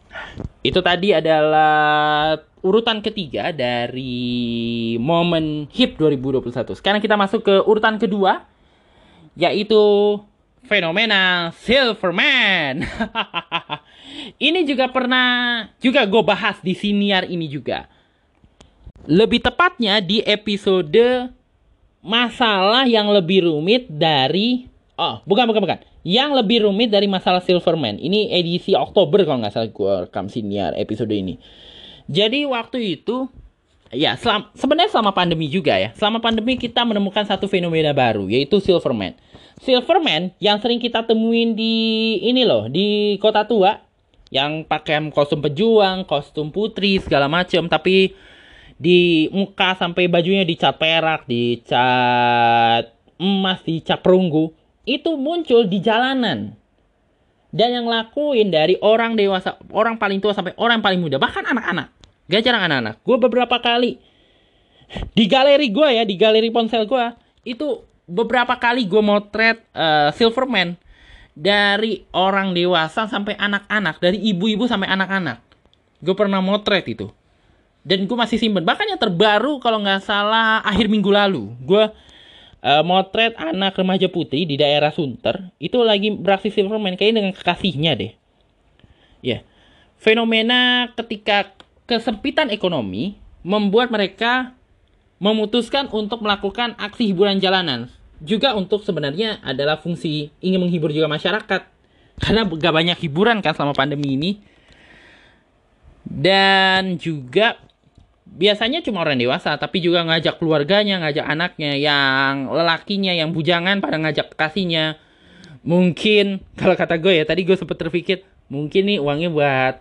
Itu tadi adalah urutan ketiga dari momen HIP 2021. Sekarang kita masuk ke urutan kedua, yaitu fenomena Silverman. Ini juga pernah gue bahas di siniar ini juga. Lebih tepatnya di episode masalah yang lebih rumit dari... Oh, bukan. Yang lebih rumit dari masalah Silverman. Ini edisi Oktober kalau nggak salah gue rekam siniar episode ini. Jadi waktu itu, ya sebenarnya selama pandemi juga ya. Selama pandemi kita menemukan satu fenomena baru, yaitu Silverman. Silverman yang sering kita temuin di ini loh, di Kota Tua. Yang pakai kostum pejuang, kostum putri, segala macam. Tapi di muka sampai bajunya dicat perak, dicat emas, dicat perunggu. Itu muncul di jalanan. Dan yang lakuin dari orang dewasa, orang paling tua sampai orang paling muda. Bahkan anak-anak. Gak jarang anak-anak. Gue beberapa kali di galeri gue ya, di galeri ponsel gue, itu beberapa kali gue motret Silverman. Dari orang dewasa sampai anak-anak. Dari ibu-ibu sampai anak-anak. Gue pernah motret itu. Dan gue masih simpen. Bahkan yang terbaru kalau nggak salah akhir minggu lalu. Gue motret anak remaja putri di daerah Sunter. Itu lagi beraksi Silverman. Kayaknya dengan kekasihnya deh. Ya. Fenomena ketika kesempitan ekonomi membuat mereka memutuskan untuk melakukan aksi hiburan jalanan. Juga untuk sebenarnya adalah fungsi ingin menghibur juga masyarakat. Karena gak banyak hiburan kan selama pandemi ini. Dan juga biasanya cuma orang dewasa, tapi juga ngajak keluarganya, ngajak anaknya, yang lelakinya, yang bujangan pada ngajak kasihnya. Mungkin, kalau kata gue ya, tadi gue sempet terpikir, mungkin nih uangnya buat...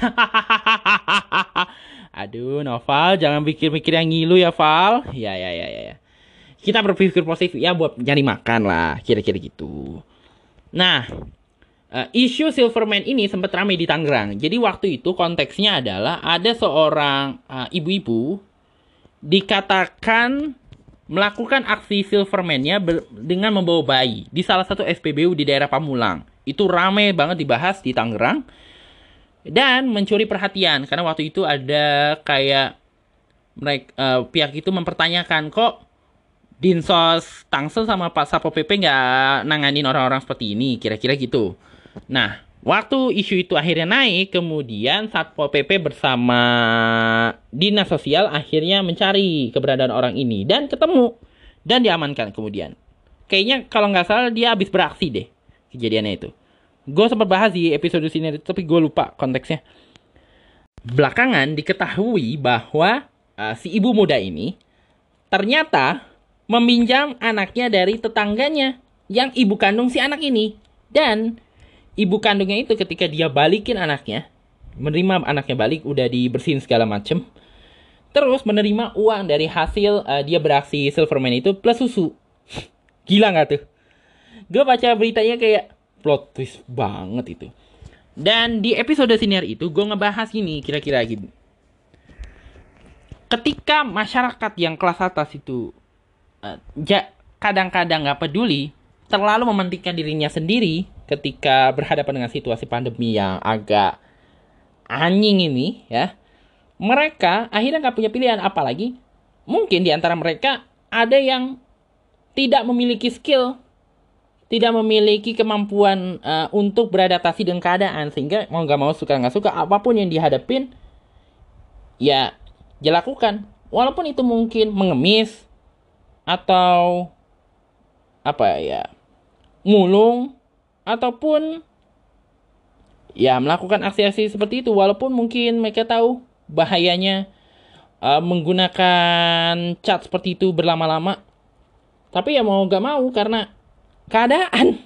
Aduh, Noval, jangan pikir-pikir yang ngilu ya, Val. Ya. Kita berpikir positif, ya buat nyari makan lah, kira-kira gitu. Nah, isu Silverman ini sempat ramai di Tangerang. Jadi waktu itu konteksnya adalah ada seorang ibu-ibu dikatakan melakukan aksi Silverman-nya dengan membawa bayi di salah satu SPBU di daerah Pamulang. Itu ramai banget dibahas di Tangerang dan mencuri perhatian karena waktu itu ada kayak mereka pihak itu mempertanyakan kok Dinsos Tangsel sama Pak Satpol PP nggak nanganin orang-orang seperti ini, kira-kira gitu. Nah, waktu isu itu akhirnya naik, kemudian Satpol PP bersama Dinas Sosial akhirnya mencari keberadaan orang ini. Dan ketemu, dan diamankan kemudian. Kayaknya kalau nggak salah dia habis beraksi deh, kejadiannya itu. Gue sempat bahas di episode sini, tapi gue lupa konteksnya. Belakangan diketahui bahwa si ibu muda ini ternyata meminjam anaknya dari tetangganya yang ibu kandung si anak ini. Dan ibu kandungnya itu ketika dia balikin anaknya, menerima anaknya balik, udah dibersihin segala macem, terus menerima uang dari hasil dia beraksi Silverman itu plus susu. Gila gak tuh? Gue baca beritanya kayak plot twist banget itu. Dan di episode senior itu gue ngebahas gini, kira-kira gini. Ketika masyarakat yang kelas atas itu kadang-kadang gak peduli, terlalu mementingkan dirinya sendiri ketika berhadapan dengan situasi pandemi yang agak anjing ini ya, mereka akhirnya gak punya pilihan. Apalagi mungkin di antara mereka ada yang tidak memiliki skill, tidak memiliki kemampuan untuk beradaptasi dengan keadaan, sehingga mau gak mau, suka gak suka, apapun yang dihadapin ya dilakukan, walaupun itu mungkin mengemis atau apa ya, mulung, ataupun ya melakukan aksi-aksi seperti itu, walaupun mungkin mereka tahu bahayanya menggunakan cat seperti itu berlama-lama. Tapi ya mau gak mau karena keadaan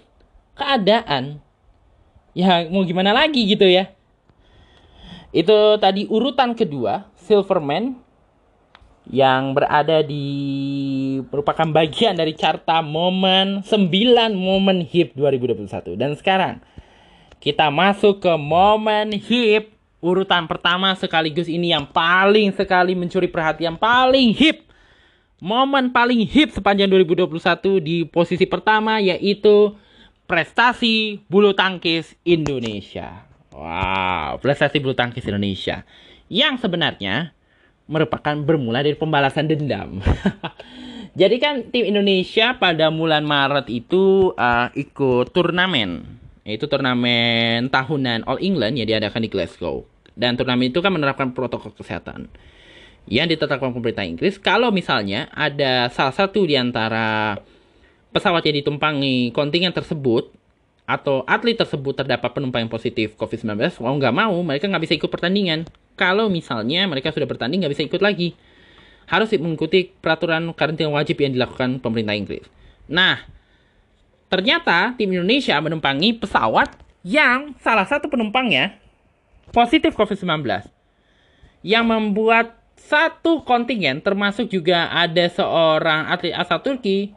ya mau gimana lagi gitu ya. Itu tadi urutan kedua, Silverman, yang berada di merupakan bagian dari carta momen 9 momen HIP 2021. Dan sekarang kita masuk ke momen HIP urutan pertama, sekaligus ini yang paling sekali mencuri perhatian, paling HIP. Momen paling HIP sepanjang 2021 di posisi pertama, yaitu prestasi bulu tangkis Indonesia. Wow, prestasi bulu tangkis Indonesia yang sebenarnya merupakan bermula dari pembalasan dendam. Jadi kan tim Indonesia pada bulan Maret itu ikut turnamen, yaitu turnamen tahunan All England yang diadakan di Glasgow. Dan turnamen itu kan menerapkan protokol kesehatan yang ditetapkan pemerintah Inggris. Kalau misalnya ada salah satu di antara pesawat yang ditumpangi kontingen tersebut atau atlet tersebut terdapat penumpang yang positif COVID-19, mau nggak mau mereka nggak bisa ikut pertandingan. Kalau misalnya mereka sudah bertanding nggak bisa ikut lagi, harus mengikuti peraturan karantina wajib yang dilakukan pemerintah Inggris. Nah, ternyata tim Indonesia menumpangi pesawat yang salah satu penumpangnya positif COVID-19, yang membuat satu kontingen, termasuk juga ada seorang atlet asal Turki,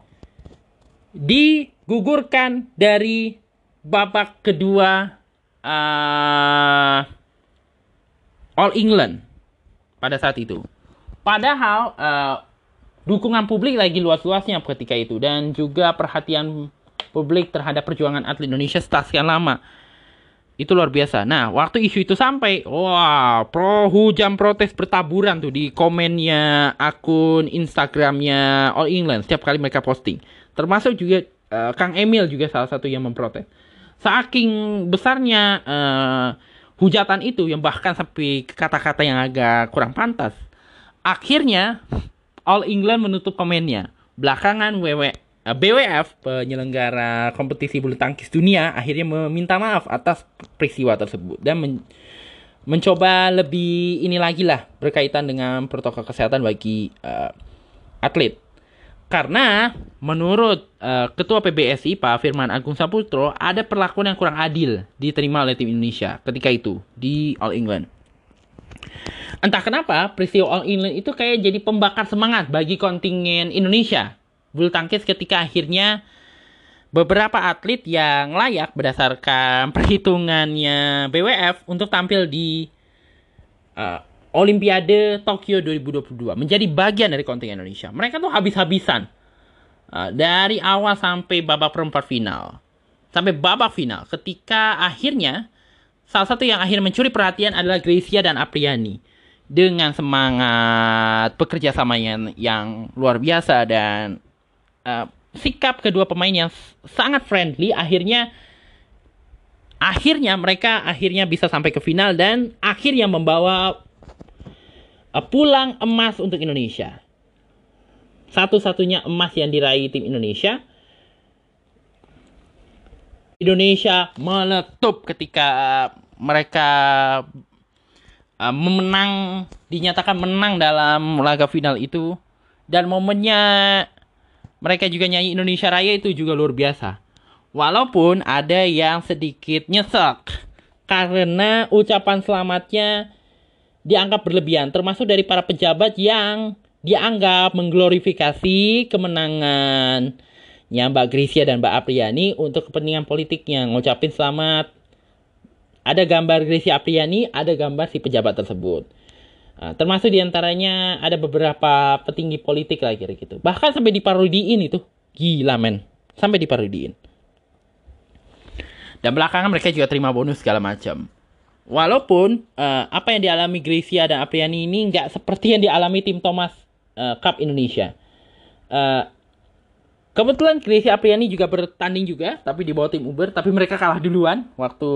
digugurkan dari babak kedua All England pada saat itu. Padahal dukungan publik lagi luas-luasnya ketika itu, dan juga perhatian publik terhadap perjuangan atlet Indonesia setelah sekian lama. Itu luar biasa. Nah, waktu isu itu sampai, wah, hujan protes bertaburan tuh di komennya akun Instagramnya All England setiap kali mereka posting. Termasuk juga Kang Emil juga salah satu yang memprotes. Saking besarnya hujatan itu yang bahkan sampai kata-kata yang agak kurang pantas. Akhirnya All England menutup komennya. Belakangan BWF, penyelenggara kompetisi bulu tangkis dunia, akhirnya meminta maaf atas peristiwa tersebut dan mencoba lebih ini lagi lah berkaitan dengan protokol kesehatan bagi atlet. Karena menurut Ketua PBSI Pak Firman Agung Saputro, ada perlakuan yang kurang adil diterima oleh tim Indonesia ketika itu di All England. Entah kenapa peristiwa All England itu kayak jadi pembakar semangat bagi kontingen Indonesia bulu tangkis, ketika akhirnya beberapa atlet yang layak berdasarkan perhitungannya BWF untuk tampil di Olimpiade Tokyo 2022 menjadi bagian dari kontingen Indonesia. Mereka tuh habis-habisan dari awal sampai babak perempat final, sampai babak final, ketika akhirnya salah satu yang akhirnya mencuri perhatian adalah Gracia dan Apriani dengan semangat bekerja sama yang luar biasa dan sikap kedua pemain yang sangat friendly. Akhirnya mereka bisa sampai ke final dan akhirnya membawa pulang emas untuk Indonesia. Satu-satunya emas yang diraih tim Indonesia. Indonesia meletup ketika mereka dinyatakan menang dalam laga final itu. Dan momennya mereka juga nyanyi Indonesia Raya itu juga luar biasa. Walaupun ada yang sedikit nyesek karena ucapan selamatnya dianggap berlebihan, termasuk dari para pejabat yang dianggap mengglorifikasi kemenangannya Mbak Gracia dan Mbak Apriani untuk kepentingan politiknya. Ngucapin selamat, ada gambar Gracia Apriani, ada gambar si pejabat tersebut. Termasuk diantaranya ada beberapa petinggi politik lah kira gitu. Bahkan sampai diparodiin itu. Gila men, sampai diparodiin. Dan belakangan mereka juga terima bonus segala macam. Walaupun apa yang dialami Gracia dan Apriani ini nggak seperti yang dialami tim Thomas Cup Indonesia. Kebetulan Gracia Apriani juga bertanding juga, tapi di bawah tim Uber. Tapi mereka kalah duluan waktu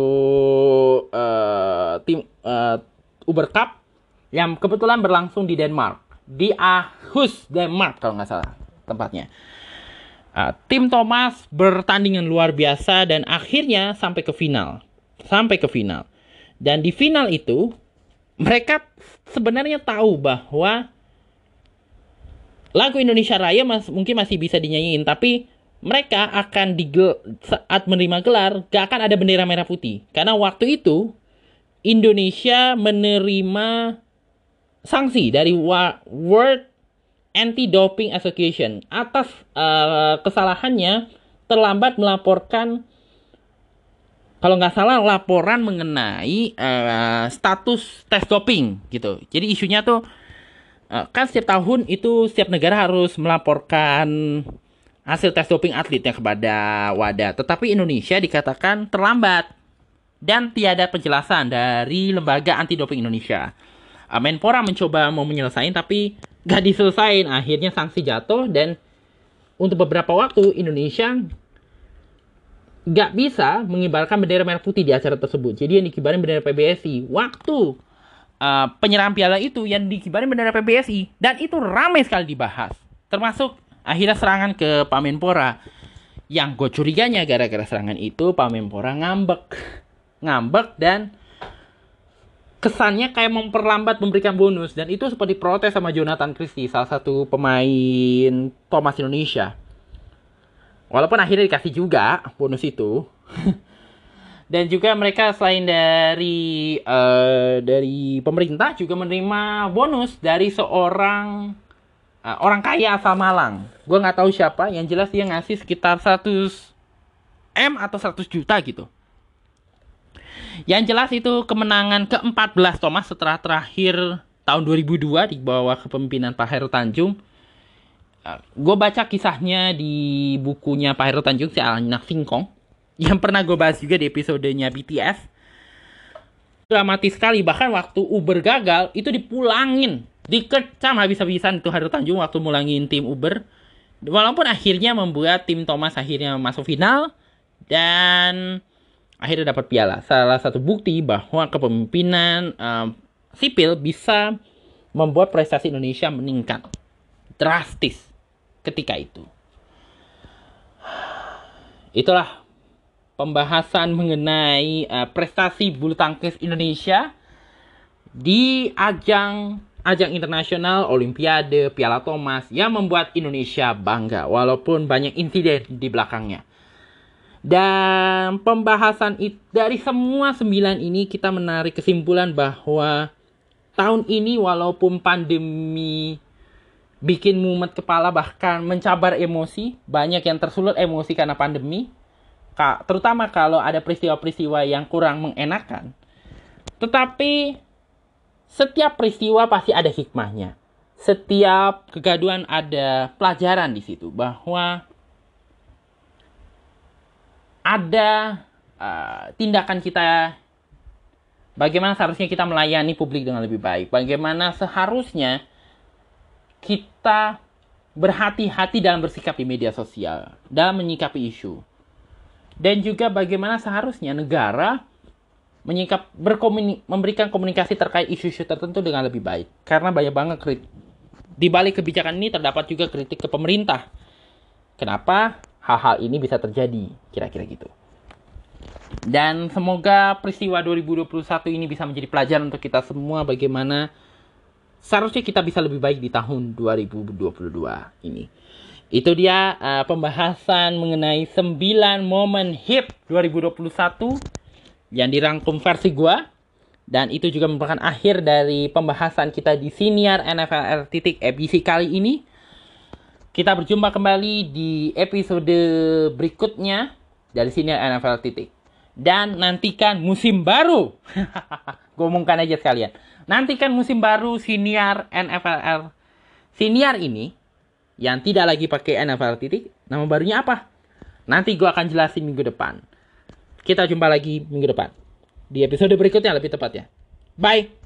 tim Uber Cup yang kebetulan berlangsung di Denmark. Di Aarhus, Denmark kalau nggak salah tempatnya. Tim Thomas bertanding yang luar biasa dan akhirnya sampai ke final. Dan di final itu, mereka sebenarnya tahu bahwa lagu Indonesia Raya mungkin masih bisa dinyanyiin, tapi mereka akan saat menerima gelar, gak akan ada bendera merah putih. Karena waktu itu, Indonesia menerima sanksi dari World Anti-Doping Association atas kesalahannya terlambat melaporkan, kalau nggak salah, laporan mengenai status tes doping gitu. Jadi isunya tuh kan setiap tahun itu setiap negara harus melaporkan hasil tes doping atletnya kepada WADA. Tetapi Indonesia dikatakan terlambat dan tiada penjelasan dari Lembaga Anti Doping Indonesia. Menpora mencoba mau menyelesaikan tapi gak diselesain. Akhirnya sanksi jatuh dan untuk beberapa waktu Indonesia gak bisa mengibarkan bendera merah putih di acara tersebut. Jadi yang dikibarin bendera PBSI. Waktu penyerahan piala itu yang dikibarin bendera PBSI. Dan itu ramai sekali dibahas. Termasuk akhirnya serangan ke Pak Menpora. Yang gue curiganya gara-gara serangan itu Pak Menpora ngambek dan kesannya kayak memperlambat memberikan bonus. Dan itu seperti protes sama Jonathan Christie, salah satu pemain Thomas Indonesia. Walaupun akhirnya dikasih juga bonus itu. Dan juga mereka selain dari pemerintah juga menerima bonus dari seorang orang kaya asal Malang. Gue nggak tahu siapa. Yang jelas dia ngasih sekitar 100 M atau 100 juta gitu. Yang jelas itu kemenangan ke-14 Thomas setelah terakhir tahun 2002 di bawah kepemimpinan Pak Hairul Tanjung. Gue baca kisahnya di bukunya Pak Hairul Tanjung, si Anak Singkong, yang pernah gue bahas juga di episodenya BTS. Dramatis sekali, bahkan waktu Uber gagal itu dipulangin, dikecam habis-habisan itu Hairul Tanjung waktu mulangin tim Uber. Walaupun akhirnya membuat tim Thomas akhirnya masuk final dan akhirnya dapat piala. Salah satu bukti bahwa kepemimpinan sipil bisa membuat prestasi Indonesia meningkat drastis ketika itu. Itulah pembahasan mengenai prestasi bulu tangkis Indonesia di ajang internasional, Olimpiade, Piala Thomas yang membuat Indonesia bangga walaupun banyak insiden di belakangnya. Dan pembahasan dari semua 9 ini kita menarik kesimpulan bahwa tahun ini walaupun pandemi bikin mumet kepala bahkan mencabar emosi, banyak yang tersulut emosi karena pandemi, terutama kalau ada peristiwa-peristiwa yang kurang mengenakan. Tetapi setiap peristiwa pasti ada hikmahnya. Setiap kegaduhan ada pelajaran di situ bahwa ada tindakan kita, bagaimana seharusnya kita melayani publik dengan lebih baik, bagaimana seharusnya kita berhati-hati dalam bersikap di media sosial, dalam menyikapi isu. Dan juga bagaimana seharusnya negara memberikan komunikasi terkait isu-isu tertentu dengan lebih baik. Karena banyak banget di balik kebijakan ini terdapat juga kritik ke pemerintah. Kenapa hal-hal ini bisa terjadi? Kira-kira gitu. Dan semoga peristiwa 2021 ini bisa menjadi pelajaran untuk kita semua bagaimana seharusnya kita bisa lebih baik di tahun 2022 ini. Itu dia pembahasan mengenai 9 momen HIP 2021 yang dirangkum versi gua. Dan itu juga merupakan akhir dari pembahasan kita di Siniar NFL edisi kali ini. Kita berjumpa kembali di episode berikutnya dari Siniar NFL. Dan nantikan musim baru. Gue omongkan aja sekalian. Nantikan musim baru Siniar NFL. Siniar ini yang tidak lagi pakai NFL nama barunya apa? Nanti gue akan jelasin minggu depan. Kita jumpa lagi minggu depan di episode berikutnya lebih tepatnya. Bye.